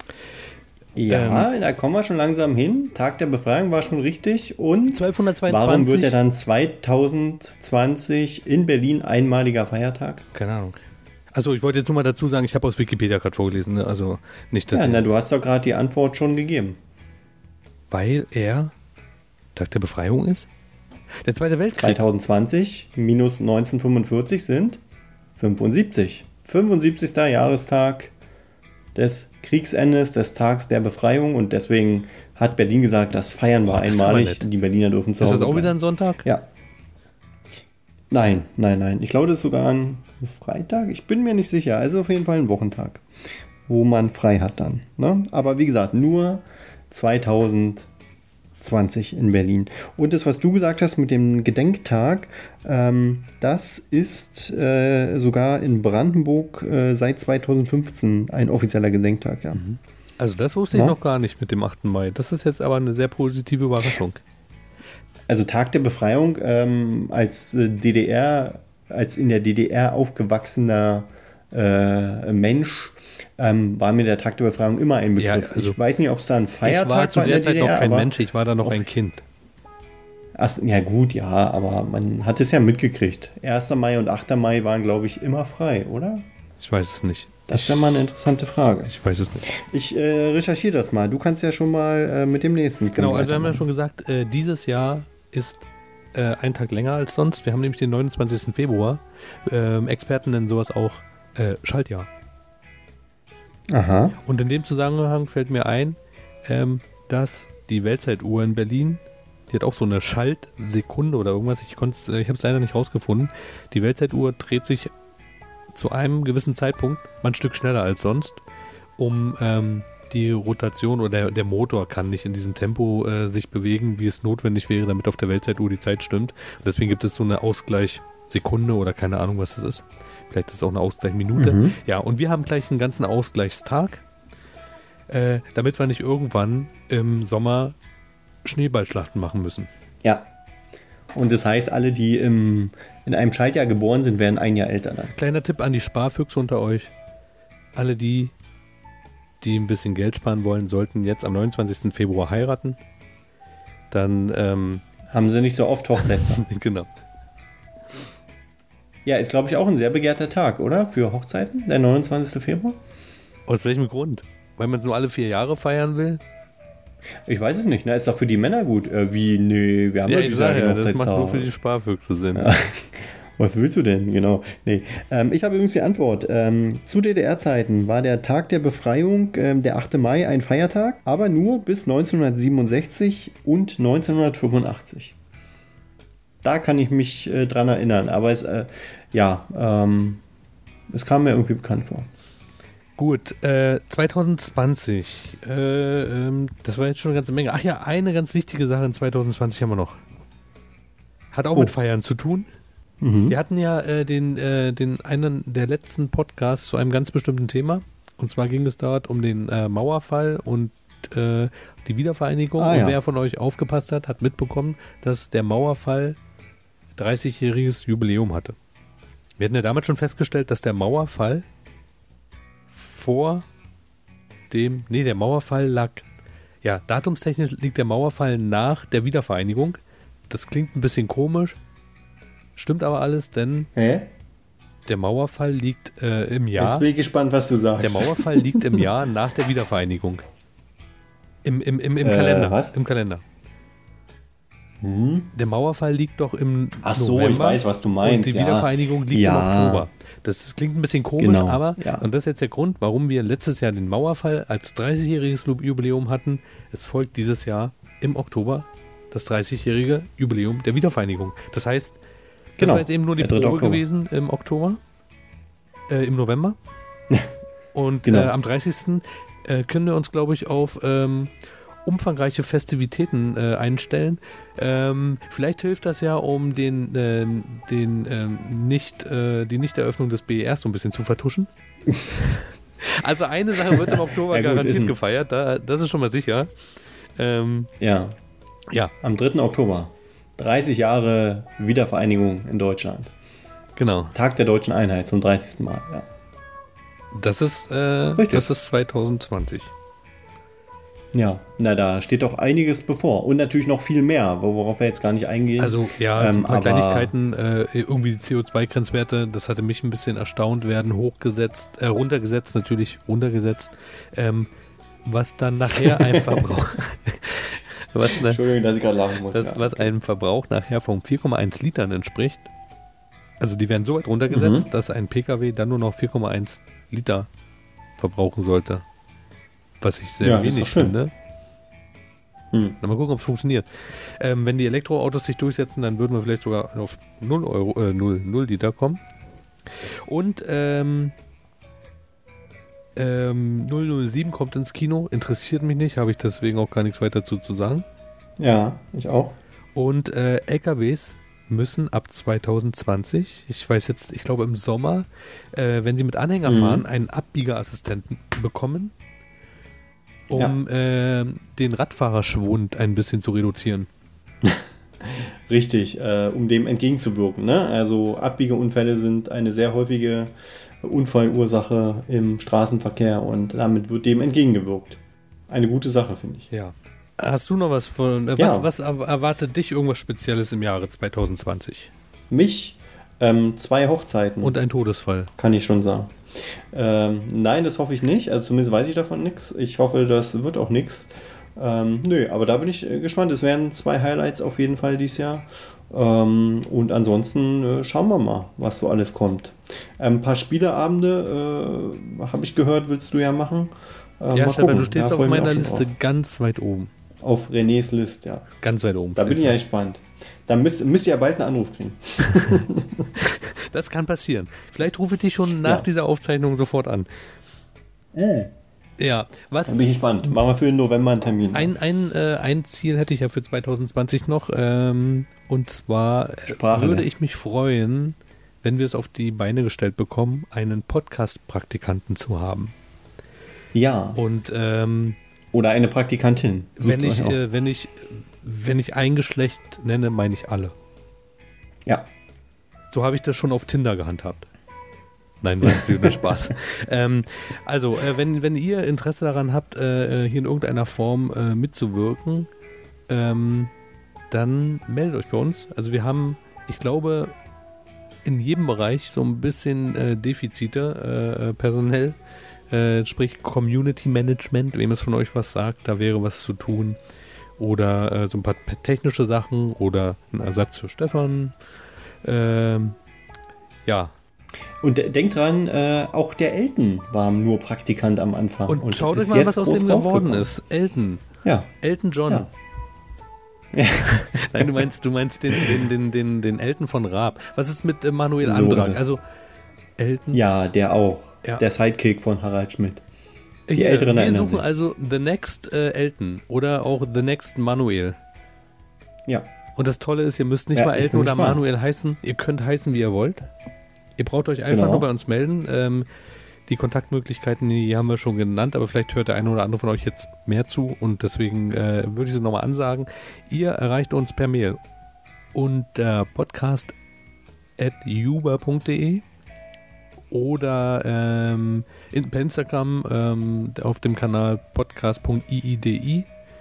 Ja, ähm, da kommen wir schon langsam hin. Tag der Befreiung war schon richtig. Und zwölfhundertzweiundzwanzig, warum wird er dann zweitausendzwanzig in Berlin einmaliger Feiertag? Keine Ahnung. Also ich wollte jetzt nur mal dazu sagen, ich habe aus Wikipedia gerade vorgelesen. Ne? Also nicht, dass ja, na, du hast doch gerade die Antwort schon gegeben. Weil er Tag der Befreiung ist? Der Zweite Weltkrieg. zweitausendzwanzig minus neunzehnhundertfünfundvierzig sind fünfundsiebzig. fünfundsiebzigster Jahrestag des Kriegsendes, des Tags der Befreiung, und deswegen hat Berlin gesagt, das feiern wir oh, das einmalig. Die Berliner dürfen zu Hause Ist das auch bleiben. wieder ein Sonntag? Ja. Nein, nein, nein. Ich glaube, das ist sogar ein Freitag. Ich bin mir nicht sicher. Also auf jeden Fall ein Wochentag, wo man frei hat dann. Ne? Aber wie gesagt, nur zweitausendzwanzig in Berlin. Und das, was du gesagt hast mit dem Gedenktag, ähm, das ist äh, sogar in Brandenburg äh, seit zweitausendfünfzehn ein offizieller Gedenktag. Ja. Also das wusste ich ja? noch gar nicht mit dem achten Mai. Das ist jetzt aber eine sehr positive Überraschung. Also Tag der Befreiung ähm, als äh, D D R, als in der D D R aufgewachsener äh, Mensch, ähm, war mir der Tag der Befreiung immer ein Begriff. Ja, also ich weiß nicht, ob es da ein Feiertag war. Ich war zu der Zeit D D R, noch kein Mensch, ich war da noch ein Kind. Ach, ja gut, ja, aber man hat es ja mitgekriegt. erster Mai und achter Mai waren, glaube ich, immer frei, oder? Ich weiß es nicht. Das wäre mal eine interessante Frage. Ich weiß es nicht. Ich äh, recherchiere das mal. Du kannst ja schon mal äh, mit dem nächsten. Genau, also wir haben ja schon gesagt, äh, dieses Jahr ist äh, einen Tag länger als sonst. Wir haben nämlich den neunundzwanzigsten Februar. Ähm, Experten nennen sowas auch äh, Schaltjahr. Aha. Und in dem Zusammenhang fällt mir ein, ähm, dass die Weltzeituhr in Berlin, die hat auch so eine Schaltsekunde oder irgendwas, ich, ich habe es leider nicht rausgefunden. Die Weltzeituhr dreht sich zu einem gewissen Zeitpunkt, mal ein Stück schneller als sonst, um ähm, die Rotation oder der, der Motor kann nicht in diesem Tempo äh, sich bewegen, wie es notwendig wäre, damit auf der Weltzeituhr die Zeit stimmt. Und deswegen gibt es so eine Ausgleichsekunde oder keine Ahnung, was das ist. Vielleicht ist es auch eine Ausgleichminute. Mhm. Ja, und wir haben gleich einen ganzen Ausgleichstag, äh, damit wir nicht irgendwann im Sommer Schneeballschlachten machen müssen. Ja. Und das heißt, alle, die im, in einem Schaltjahr geboren sind, werden ein Jahr älter. Dann. Kleiner Tipp an die Sparfüchse unter euch. Alle die, die ein bisschen Geld sparen wollen, sollten jetzt am neunundzwanzigsten Februar heiraten. Dann ähm, haben sie nicht so oft Hochzeiten. Genau. Ja, ist, glaube ich, auch ein sehr begehrter Tag, oder? Für Hochzeiten, der neunundzwanzigsten Februar. Aus welchem Grund? Weil man es nur alle vier Jahre feiern will? Ich weiß es nicht, na, ist doch für die Männer gut. Äh, wie, nee, wir haben ja, ja ich sage ja, das macht nur für die Sparfüchse Sinn. Ja. Was willst du denn? Genau. Nee. Ähm, ich habe übrigens die Antwort. Ähm, zu D D R-Zeiten war der Tag der Befreiung, ähm, der achte Mai, ein Feiertag, aber nur bis neunzehnhundertsiebenundsechzig und neunzehnhundertfünfundachtzig. Da kann ich mich äh, dran erinnern, aber es, äh, ja, ähm, es kam mir irgendwie bekannt vor. Gut, äh, zwanzig zwanzig, äh, ähm, das war jetzt schon eine ganze Menge. Ach ja, eine ganz wichtige Sache in zwanzig zwanzig haben wir noch. Hat auch oh. mit Feiern zu tun. Mhm. Wir hatten ja äh, den, äh, den einen der letzten Podcasts zu einem ganz bestimmten Thema. Und zwar ging es dort um den äh, Mauerfall und äh, die Wiedervereinigung. Ah, und ja. wer von euch aufgepasst hat, hat mitbekommen, dass der Mauerfall dreißigjähriges Jubiläum hatte. Wir hatten ja damals schon festgestellt, dass der Mauerfall vor dem, nee, der Mauerfall lag, ja, datumstechnisch liegt der Mauerfall nach der Wiedervereinigung. Das klingt ein bisschen komisch, stimmt aber alles, denn Hä? der Mauerfall liegt äh, im Jahr. Jetzt bin ich gespannt, was du sagst. Der Mauerfall liegt im Jahr nach der Wiedervereinigung. Im, im, im, im äh, Kalender. Was? Im Kalender. Hm? Der Mauerfall liegt doch im Ach so, November. ich weiß, was du meinst. Und die ja. Wiedervereinigung liegt ja. im Oktober. Das klingt ein bisschen komisch, genau. aber, ja. und das ist jetzt der Grund, warum wir letztes Jahr den Mauerfall als dreißigjähriges Jubiläum hatten. Es folgt dieses Jahr im Oktober das dreißigjährige Jubiläum der Wiedervereinigung. Das heißt, das genau. war jetzt eben nur die der Probe gewesen im Oktober, äh, im November. Und genau. äh, am dreißigsten Äh, können wir uns, glaube ich, auf ähm, umfangreiche Festivitäten äh, einstellen. Ähm, vielleicht hilft das ja, um den, äh, den ähm, nicht, äh, die Nichteröffnung des B E R so ein bisschen zu vertuschen. Also eine Sache wird im Oktober ja, gut, garantiert gefeiert, da, das ist schon mal sicher. Ähm, ja. ja. Am dritten Oktober. dreißig Jahre Wiedervereinigung in Deutschland. Genau. Tag der deutschen Einheit zum dreißigsten Mal. Ja. Das ist, äh, das ist zwanzig zwanzig. Ja, na da steht doch einiges bevor. Und natürlich noch viel mehr, worauf wir jetzt gar nicht eingehen. Also ja, ähm, so ein paar Kleinigkeiten, äh, irgendwie die C O zwei Grenzwerte, das hatte mich ein bisschen erstaunt, werden hochgesetzt, äh, runtergesetzt, natürlich runtergesetzt. Ähm, was dann nachher ein Verbrauch... was ne, Entschuldigung, dass ich gerade lachen muss. Das, ja. Was einem Verbrauch nachher von vier Komma eins Litern entspricht. Also die werden so weit runtergesetzt, mhm. dass ein Pkw dann nur noch vier Komma eins Liter verbrauchen sollte. Was ich sehr ja, wenig finde. Hm. Mal gucken, ob es funktioniert. Ähm, wenn die Elektroautos sich durchsetzen, dann würden wir vielleicht sogar auf null Euro, äh, null, null Liter kommen. Und ähm, ähm, null null sieben kommt ins Kino. Interessiert mich nicht, habe ich deswegen auch gar nichts weiter dazu zu sagen. Ja, ich auch. Und äh, L K Ws müssen ab zwanzig zwanzig, ich weiß jetzt, ich glaube im Sommer, äh, wenn sie mit Anhänger mhm. fahren, einen Abbiegerassistenten bekommen, um ja. äh, den Radfahrerschwund ein bisschen zu reduzieren. Richtig, äh, um dem entgegenzuwirken. Ne? Also Abbiegeunfälle sind eine sehr häufige Unfallursache im Straßenverkehr und damit wird dem entgegengewirkt. Eine gute Sache, finde ich. Ja. Hast du noch was von, äh, was, ja. was erwartet dich irgendwas Spezielles im Jahre zwanzig zwanzig? Mich? Ähm, zwei Hochzeiten. Und ein Todesfall. Kann ich schon sagen. Ähm, nein, das hoffe ich nicht. Also zumindest weiß ich davon nichts. Ich hoffe, das wird auch nichts. Ähm, nö, aber da bin ich äh, gespannt. Es werden zwei Highlights auf jeden Fall dieses Jahr. Ähm, und ansonsten äh, schauen wir mal, was so alles kommt. Ein ähm, paar Spieleabende, äh, habe ich gehört, willst du ja machen. Äh, ja, Stefan, du stehst auf meiner Liste auf. ganz weit oben. Auf Renés Liste, ja. Ganz weit oben. Da bin ich ja gespannt. Da müsst, müsst ihr ja bald einen Anruf kriegen. Das kann passieren. Vielleicht rufe ich dich schon nach ja. dieser Aufzeichnung sofort an. Mhm. Ja, was. Da bin ich gespannt. Machen wir für den November einen Termin. Ein, ein, äh, ein Ziel hätte ich ja für zwanzig zwanzig noch. Ähm, und zwar Sprache, würde ne? ich mich freuen, wenn wir es auf die Beine gestellt bekommen, einen Podcast-Praktikanten zu haben. Ja. Und ähm, oder eine Praktikantin. Wenn ich, äh, wenn ich, wenn ich ein Geschlecht nenne, meine ich alle. Ja. So habe ich das schon auf Tinder gehandhabt. Nein, war natürlich nur Spaß. ähm, also, äh, wenn, wenn ihr Interesse daran habt, äh, hier in irgendeiner Form äh, mitzuwirken, ähm, dann meldet euch bei uns. Also wir haben, ich glaube, in jedem Bereich so ein bisschen äh, Defizite äh, personell. Äh, sprich Community Management, wem es von euch was sagt, da wäre was zu tun. Oder äh, so ein paar technische Sachen oder ein Ersatz für Stefan. Ähm, ja. Und denkt dran, äh, auch der Elton war nur Praktikant am Anfang. Und, und schaut euch mal, was aus dem geworden ist. Elton. Ja. Elton John. Ja. Nein, du meinst, du meinst den, den, den, den, den Elton von Raab. Was ist mit äh, Manuel So Andrang? ist es. Also Elton. Ja, der auch. Ja. Der Sidekick von Harald Schmidt. Die Hier, Älteren wir erinnern suchen sich. also The Next äh, Elton oder auch The Next Manuel. Ja. Und das Tolle ist, ihr müsst nicht Ja, mal ich Elton bin oder gespannt. Manuel heißen. Ihr könnt heißen, wie ihr wollt. Ihr braucht euch einfach Genau. nur bei uns melden. Ähm, die Kontaktmöglichkeiten, die haben wir schon genannt, aber vielleicht hört der eine oder andere von euch jetzt mehr zu und deswegen äh, würde ich es nochmal ansagen. Ihr erreicht uns per Mail unter podcast at juba punkt de oder ähm, in, per Instagram ähm, auf dem Kanal podcast punkt iidi.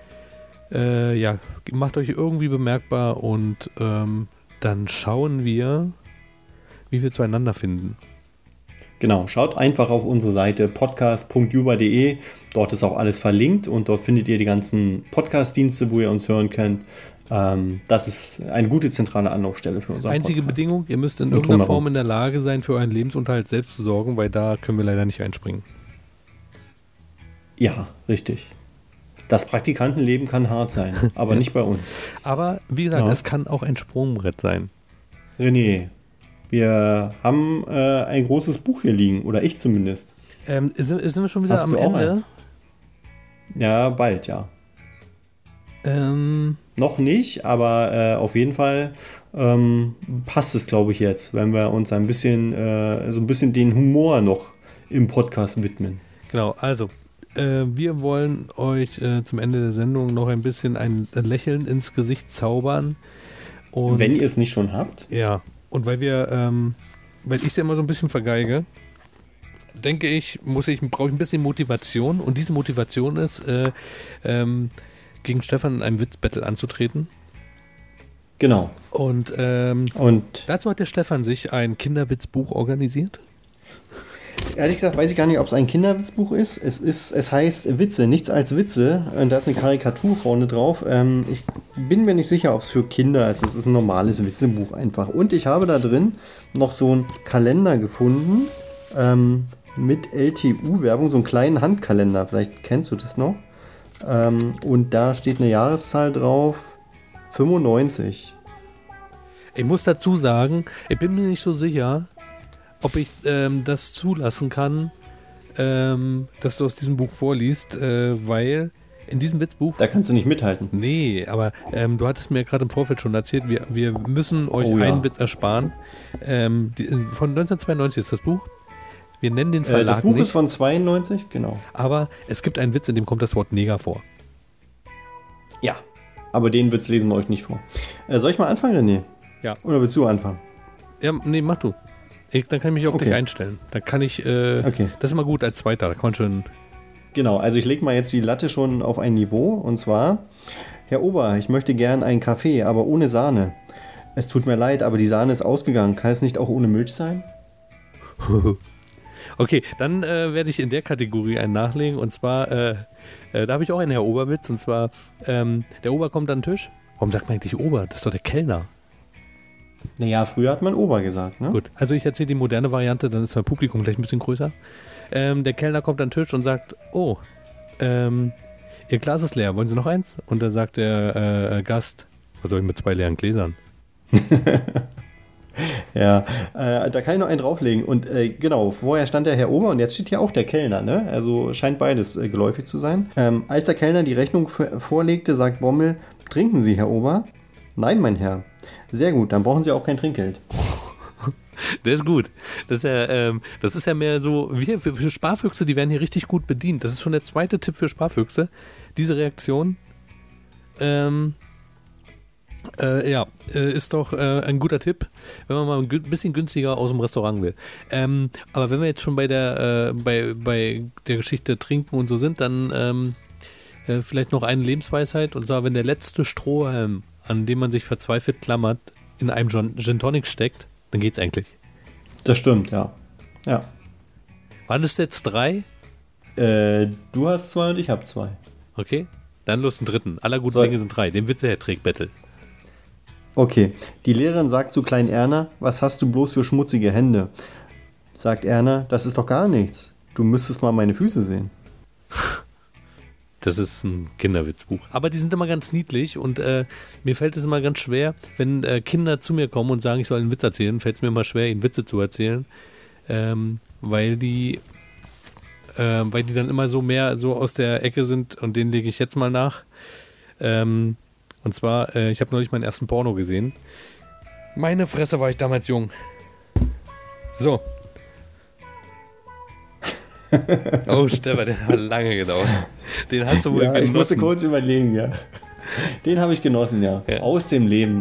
Äh, ja, macht euch irgendwie bemerkbar und ähm, dann schauen wir, wie wir zueinander finden. Genau, schaut einfach auf unsere Seite podcast punkt juba punkt de. Dort ist auch alles verlinkt und dort findet ihr die ganzen Podcast-Dienste, wo ihr uns hören könnt. Ähm, das ist eine gute zentrale Anlaufstelle für unseren Einzige Podcast. Bedingung, ihr müsst in Und irgendeiner drumherum. Form in der Lage sein, für euren Lebensunterhalt selbst zu sorgen, weil da können wir leider nicht einspringen. Ja, richtig. Das Praktikantenleben kann hart sein, aber Ja. nicht bei uns. Aber wie gesagt, Ja. es kann auch ein Sprungbrett sein. René, wir haben äh, ein großes Buch hier liegen, oder ich zumindest. Ähm, sind, sind wir schon wieder Hast am du auch Ende? eins? Ja, bald, ja. Ähm, Noch nicht, aber äh, auf jeden Fall ähm, passt es, glaube ich, jetzt, wenn wir uns ein bisschen, äh, so ein bisschen den Humor noch im Podcast widmen. genau, also äh, wir wollen euch äh, zum Ende der Sendung noch ein bisschen ein Lächeln ins Gesicht zaubern. Und wenn ihr es nicht schon habt. ja, und weil wir, ähm, weil ich es ja immer so ein bisschen vergeige, denke ich, muss ich, brauche ich ein bisschen Motivation und diese Motivation ist, äh, ähm, gegen Stefan in einem Witzbattle anzutreten. Genau. Und ähm, Und dazu hat der Stefan sich ein Kinderwitzbuch organisiert. ehrlich gesagt weiß ich gar nicht, ob es ein Kinderwitzbuch ist. Es ist, es heißt Witze, nichts als Witze. Und da ist eine Karikatur vorne drauf. Ähm, ich bin mir nicht sicher, ob es für Kinder ist. Es ist ein normales Witzebuch einfach. Und ich habe da drin noch so einen Kalender gefunden ähm, mit L T U-Werbung, so einen kleinen Handkalender. Vielleicht kennst du das noch. Ähm, und da steht eine Jahreszahl drauf, fünfundneunzig. Ich muss dazu sagen, ich bin mir nicht so sicher, ob ich ähm, das zulassen kann, ähm, dass du aus diesem Buch vorliest, äh, weil in diesem Witzbuch... Da kannst du nicht mithalten. Nee, aber ähm, du hattest mir gerade im Vorfeld schon erzählt, wir, wir müssen euch Oh ja. einen Witz ersparen. Ähm, die, von neunzehnhundertzweiundneunzig ist das Buch. Wir nennen den Äh, Verlag das Buch nicht, ist von zweiundneunzig, genau. aber es gibt einen Witz, in dem kommt das Wort Neger vor. Ja, aber den Witz lesen wir euch nicht vor. Äh, soll ich mal anfangen, René? Ja. Oder willst du anfangen? Ja, nee, mach du. Ich, dann kann ich mich auf Okay. dich einstellen. Da kann ich, äh, Okay. das ist immer gut als Zweiter, da kann man schön... Genau, also ich lege mal jetzt die Latte schon auf ein Niveau. Und zwar, Herr Ober, ich möchte gern einen Kaffee, aber ohne Sahne. Es tut mir leid, aber die Sahne ist ausgegangen. Kann es nicht auch ohne Milch sein? Okay, dann äh, werde ich in der Kategorie einen nachlegen. Und zwar, äh, äh, da habe ich auch einen Herr Oberwitz. Und zwar, ähm, der Ober kommt an den Tisch. Warum sagt man eigentlich Ober? Das ist doch der Kellner. Naja, früher hat man Ober gesagt, ne? Gut, also ich erzähle die moderne Variante, dann ist mein Publikum gleich ein bisschen größer. Ähm, der Kellner kommt an den Tisch und sagt, oh, ähm, Ihr Glas ist leer, wollen Sie noch eins? Und dann sagt der äh, Gast, was soll ich mit zwei leeren Gläsern? Ja, äh, da kann ich noch einen drauflegen. Und äh, genau, vorher stand der Herr Ober und jetzt steht hier auch der Kellner, ne? Also scheint beides äh, geläufig zu sein. Ähm, als der Kellner die Rechnung f- vorlegte, sagt Bommel, trinken Sie, Herr Ober? Nein, mein Herr. Sehr gut, dann brauchen Sie auch kein Trinkgeld. Der ist gut. Das ist ja, ähm, das ist ja mehr so, wir, für, für Sparfüchse, die werden hier richtig gut bedient. Das ist schon der zweite Tipp für Sparfüchse. Diese Reaktion, ähm, äh, ja, äh, ist doch äh, ein guter Tipp, wenn man mal ein bisschen günstiger aus dem Restaurant will. Ähm, aber wenn wir jetzt schon bei der, äh, bei, bei der Geschichte Trinken und so sind, dann ähm, äh, vielleicht noch eine Lebensweisheit. Und zwar, wenn der letzte Strohhalm, an dem man sich verzweifelt klammert, in einem Gin, Gin Tonic steckt, dann geht's eigentlich. Das stimmt, ja. Ja. Waren es jetzt drei? Äh, du hast zwei und ich habe zwei. Okay, dann los den dritten. Aller guten So. Dinge sind drei. Den Witze-Hattrick Battle. Okay, die Lehrerin sagt zu Klein Erna, was hast du bloß für schmutzige Hände? Sagt Erna, das ist doch gar nichts. Du müsstest mal meine Füße sehen. Das ist ein Kinderwitzbuch. Aber die sind immer ganz niedlich und äh, mir fällt es immer ganz schwer, wenn äh, Kinder zu mir kommen und sagen, ich soll einen Witz erzählen, fällt es mir immer schwer, ihnen Witze zu erzählen, ähm, weil die äh, weil die dann immer so mehr so aus der Ecke sind und den lege ich jetzt mal nach. Ähm, und zwar, äh, ich habe neulich meinen ersten Porno gesehen. Meine Fresse, war ich damals jung. So. Oh, Stefan, der hat lange gedauert. Den hast du wohl ja, genossen. Ich musste kurz überlegen, ja. Den habe ich genossen, ja. ja. Aus dem Leben.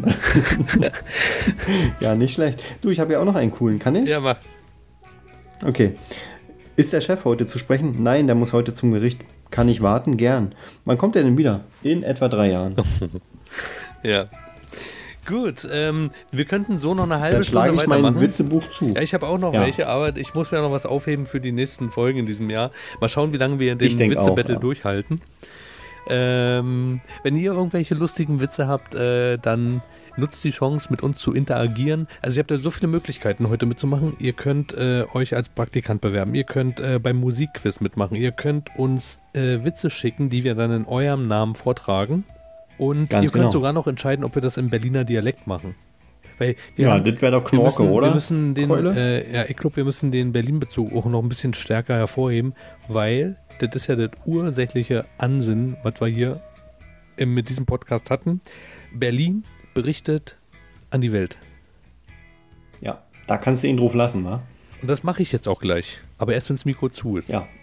Ja, nicht schlecht. Du, ich habe ja auch noch einen coolen. Kann ich? Ja, mach. Okay. Ist der Chef heute zu sprechen? Nein, der muss heute zum Gericht. Kann ich warten? Gern. Wann kommt er denn wieder? In etwa drei Jahren. Ja. Gut, ähm, wir könnten so noch eine halbe Dann Stunde schlage ich weitermachen. mein Witzebuch zu. Ja, ich habe auch noch ja. welche, aber ich muss mir noch was aufheben für die nächsten Folgen in diesem Jahr. Mal schauen, wie lange wir den Witze-Battle ja. durchhalten. Ähm, wenn ihr irgendwelche lustigen Witze habt, äh, dann nutzt die Chance, mit uns zu interagieren. Also ihr habt ja so viele Möglichkeiten, heute mitzumachen. Ihr könnt äh, euch als Praktikant bewerben. Ihr könnt äh, beim Musikquiz mitmachen. Ihr könnt uns äh, Witze schicken, die wir dann in eurem Namen vortragen. Und Ganz ihr könnt genau. sogar noch entscheiden, ob wir das im Berliner Dialekt machen. Weil ja, haben, das wäre doch Knorke, wir müssen, oder? Wir müssen den, äh, ja, ich glaube, wir müssen den Berlin-Bezug auch noch ein bisschen stärker hervorheben, weil das ist ja das ursächliche Ansinnen, was wir hier im, mit diesem Podcast hatten. Berlin berichtet an die Welt. Ja, da kannst du ihn drauf lassen, wa? Und das mache ich jetzt auch gleich. Aber erst, wenn das Mikro zu ist. Ja.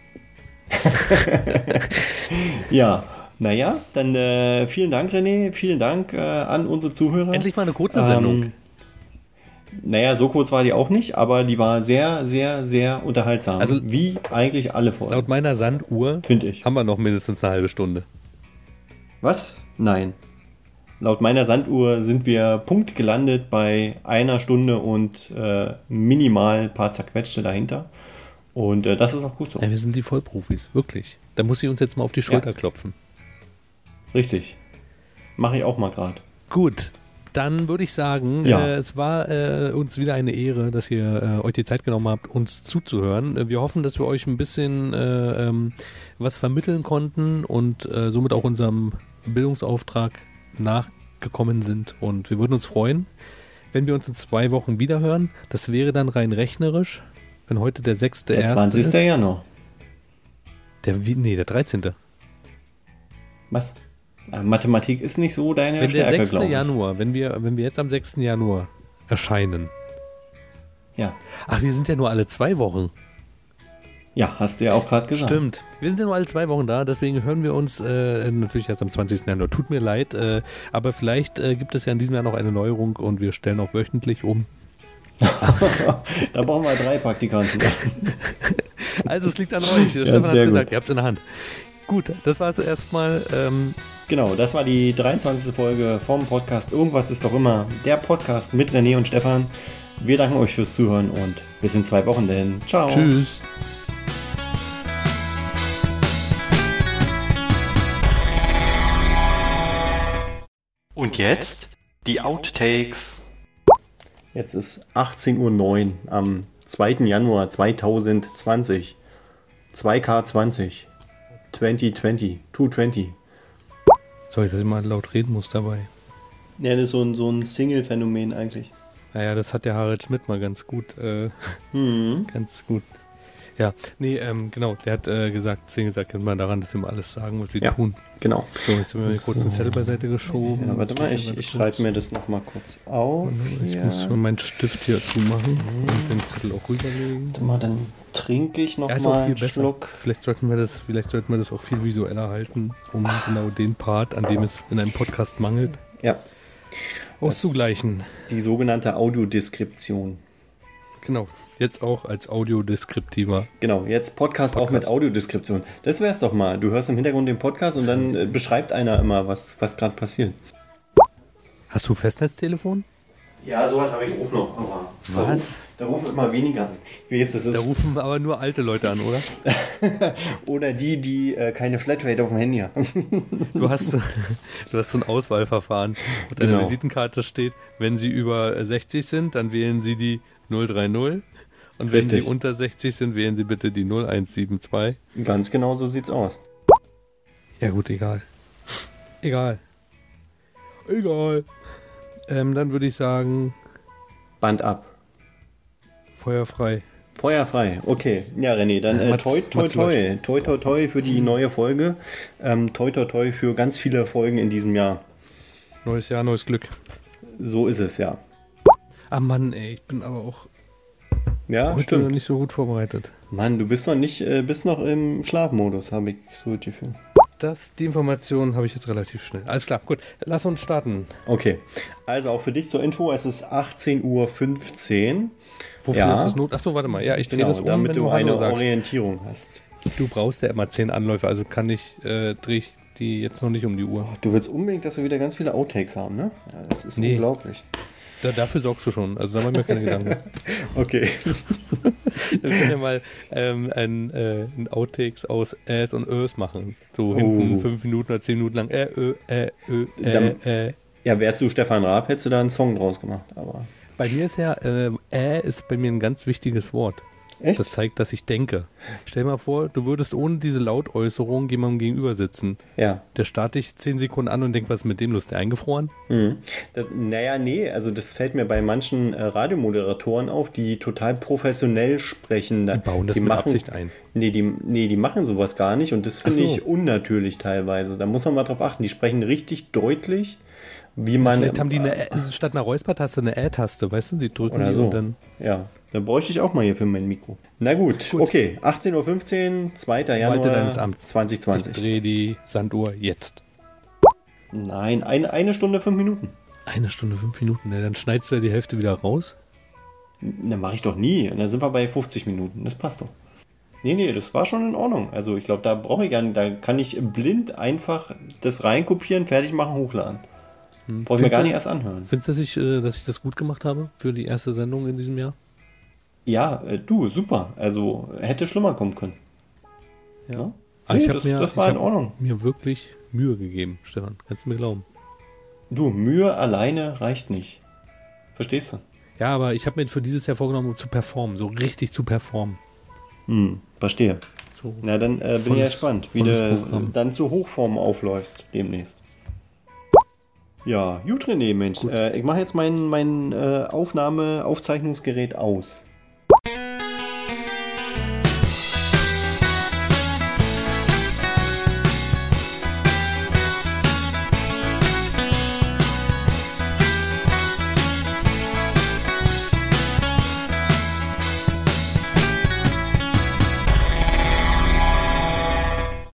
Ja. Naja, dann äh, vielen Dank, René. Vielen Dank äh, an unsere Zuhörer. Endlich mal eine kurze Sendung. Ähm, naja, so kurz war die auch nicht, aber die war sehr, sehr, sehr unterhaltsam. Also, wie eigentlich alle Folgen. Laut meiner Sanduhr Find ich. haben wir noch mindestens eine halbe Stunde. Was? Nein. Laut meiner Sanduhr sind wir Punkt gelandet bei einer Stunde und äh, minimal ein paar zerquetschte dahinter. Und äh, das ist auch gut so. Ja, wir sind die Vollprofis, wirklich. Da muss ich uns jetzt mal auf die Schulter ja. klopfen. Richtig. Mache ich auch mal gerade. Gut, dann würde ich sagen, ja. äh, es war äh, uns wieder eine Ehre, dass ihr äh, euch die Zeit genommen habt, uns zuzuhören. Wir hoffen, dass wir euch ein bisschen äh, ähm, was vermitteln konnten und äh, somit auch unserem Bildungsauftrag nachgekommen sind. Und wir würden uns freuen, wenn wir uns in zwei Wochen wiederhören. Das wäre dann rein rechnerisch, wenn heute der sechste Der zwanzigste ist. Januar. Der, wie, nee, der dreizehnte Was? Mathematik ist nicht so deine wenn Stärke, der sechste Januar, wenn wir, wenn wir jetzt am sechsten Januar erscheinen. Ja. Ach, wir sind ja nur alle zwei Wochen. Ja, hast du ja auch gerade gesagt. Stimmt. Wir sind ja nur alle zwei Wochen da, deswegen hören wir uns äh, natürlich erst am zwanzigsten Januar. Tut mir leid, äh, aber vielleicht äh, gibt es ja in diesem Jahr noch eine Neuerung und wir stellen auf wöchentlich um. Da brauchen wir drei Praktikanten. Also es liegt an euch. Der ja, Stefan hat es gesagt, ihr habt es in der Hand. Gut, das war es erstmal. Ähm genau, das war die dreiundzwanzigste Folge vom Podcast Irgendwas ist doch immer. Der Podcast mit René und Stefan. Wir danken euch fürs Zuhören und bis in zwei Wochen denn. Ciao. Tschüss. Und jetzt die Outtakes. Jetzt ist achtzehn Uhr neun am zweiten Januar zweitausendzwanzig. zwei K zwanzig. zwanzig zwanzig. zweihundertzwanzig. Sorry, dass ich mal laut reden muss dabei. Ja, das ist so ein, so ein Single-Phänomen eigentlich. Naja, das hat der Harald Schmidt mal ganz gut, äh, mhm. ganz gut. Ja, nee, ähm, genau, der hat äh, gesagt, Singles erkennt man daran, dass sie immer alles sagen, was sie ja, tun. Genau. So, jetzt haben wir so. kurz den Zettel beiseite geschoben. Ja, warte mal, ich, ich schreibe mir das nochmal kurz auf. Ich ja. muss mal meinen Stift hier zumachen mhm. und den Zettel auch rüberlegen. Warte mal, dann trinke ich nochmal ja, einen besser. Schluck. Vielleicht sollten wir das, vielleicht sollten wir das auch viel visueller halten, um ah. genau den Part, an dem es in einem Podcast mangelt, ja. auszugleichen. Die sogenannte Audiodeskription. Genau, jetzt auch als Audiodeskriptiver. Genau, jetzt Podcast, Podcast. auch mit Audiodeskription. Das wär's doch mal. Du hörst im Hintergrund den Podcast und dann äh, beschreibt einer immer, was, was gerade passiert. Hast du Festnetztelefon? Ja, sowas habe ich auch noch. Aber was? Da rufen, da rufen immer weniger an. Wie ist das? Da rufen aber nur alte Leute an, oder? Oder die, die äh, keine Flatrate auf dem Handy haben. Du hast, du hast so ein Auswahlverfahren. Auf deiner genau. Visitenkarte steht, wenn sie über sechzig sind, dann wählen sie die null drei null. Und wenn Richtig. Sie unter sechzig sind, wählen Sie bitte die null eins sieben zwei. Ganz genau so sieht's aus. Ja gut, egal. Egal. Egal. Ähm, dann würde ich sagen... Band ab. Feuer frei. Feuer frei, okay. Ja, René, dann äh, toi, toi, toi. Toi, toi, toi für die neue Folge. Ähm, toi, toi, toi für ganz viele Folgen in diesem Jahr. Neues Jahr, neues Glück. So ist es, ja. Ah Mann, ey, ich bin aber auch ja, heute stimmt. nicht so gut vorbereitet. Mann, du bist noch nicht, äh, bist noch im Schlafmodus, habe ich so das Gefühl. Das, die Information habe ich jetzt relativ schnell. Alles klar, gut, lass uns starten. Okay, also auch für dich zur Info, es ist achtzehn Uhr fünfzehn. Wofür ja. ist es not? Achso, warte mal, ja, ich drehe genau, das um, damit wenn du, du eine sagst. Orientierung hast. Du brauchst ja immer zehn Anläufe, also kann ich, äh, drehe ich die jetzt noch nicht um die Uhr. Du willst unbedingt, dass wir wieder ganz viele Outtakes haben, ne? Ja, das ist nee. unglaublich. Da, dafür sorgst du schon, also da machen wir keine Gedanken. Okay. Wir können ja mal ähm, ein, äh, ein Outtakes aus Äs und Ös machen. So hinten oh. fünf Minuten oder zehn Minuten lang Ä, Ö, Ä, Ö, Ä, Dann, Ä. Ja, wärst du Stefan Raab, hättest du da einen Song draus gemacht. Aber bei mir ist ja, äh, Ä ist bei mir ein ganz wichtiges Wort. Echt? Das zeigt, dass ich denke. Stell dir mal vor, du würdest ohne diese Lautäußerung jemandem gegenüber sitzen. Ja. Der starrt dich zehn Sekunden an und denkt, was ist mit dem los? Der eingefroren? Mhm. Das, naja, nee, also das fällt mir bei manchen äh, Radiomoderatoren auf, die total professionell sprechen. Die bauen das die mit machen, Absicht ein. Nee die, nee, die machen sowas gar nicht und das finde so. ich unnatürlich teilweise. Da muss man mal drauf achten. Die sprechen richtig deutlich, wie man... Vielleicht haben die eine, äh, statt einer Räuspertaste eine Ä-Taste, weißt du? Die drücken oder die so. Und dann... Ja. Dann bräuchte ich auch mal hier für mein Mikro. Na gut, gut. Okay. achtzehn Uhr fünfzehn, zweiter Januar zwanzig zwanzig. Ich drehe die Sanduhr jetzt. Nein, ein, eine Stunde, fünf Minuten. Eine Stunde, fünf Minuten. Ja, dann schneidest du ja die Hälfte wieder raus. Dann mache ich doch nie. Und dann sind wir bei fünfzig Minuten. Das passt doch. Nee, nee, das war schon in Ordnung. Also ich glaube, da brauche ich gar nicht. Da kann ich blind einfach das reinkopieren, fertig machen, hochladen. Hm. Brauche ich mir gar nicht erst anhören. Findest du, dass ich, dass ich das gut gemacht habe für die erste Sendung in diesem Jahr? Ja, äh, du, super. Also hätte schlimmer kommen können. Ja. ja? Nee, ich das, mir, das war ich in Ordnung. Mir wirklich Mühe gegeben, Stefan. Kannst du mir glauben? Du, Mühe alleine reicht nicht. Verstehst du? Ja, aber ich habe mir für dieses Jahr vorgenommen, um zu performen. So richtig zu performen. Hm, verstehe. So Na, dann äh, bin ich gespannt, wie du dann zu Hochform aufläufst demnächst. Ja, gut, René, Mensch. Äh, ich mache jetzt mein, mein äh, Aufnahme-Aufzeichnungsgerät aus.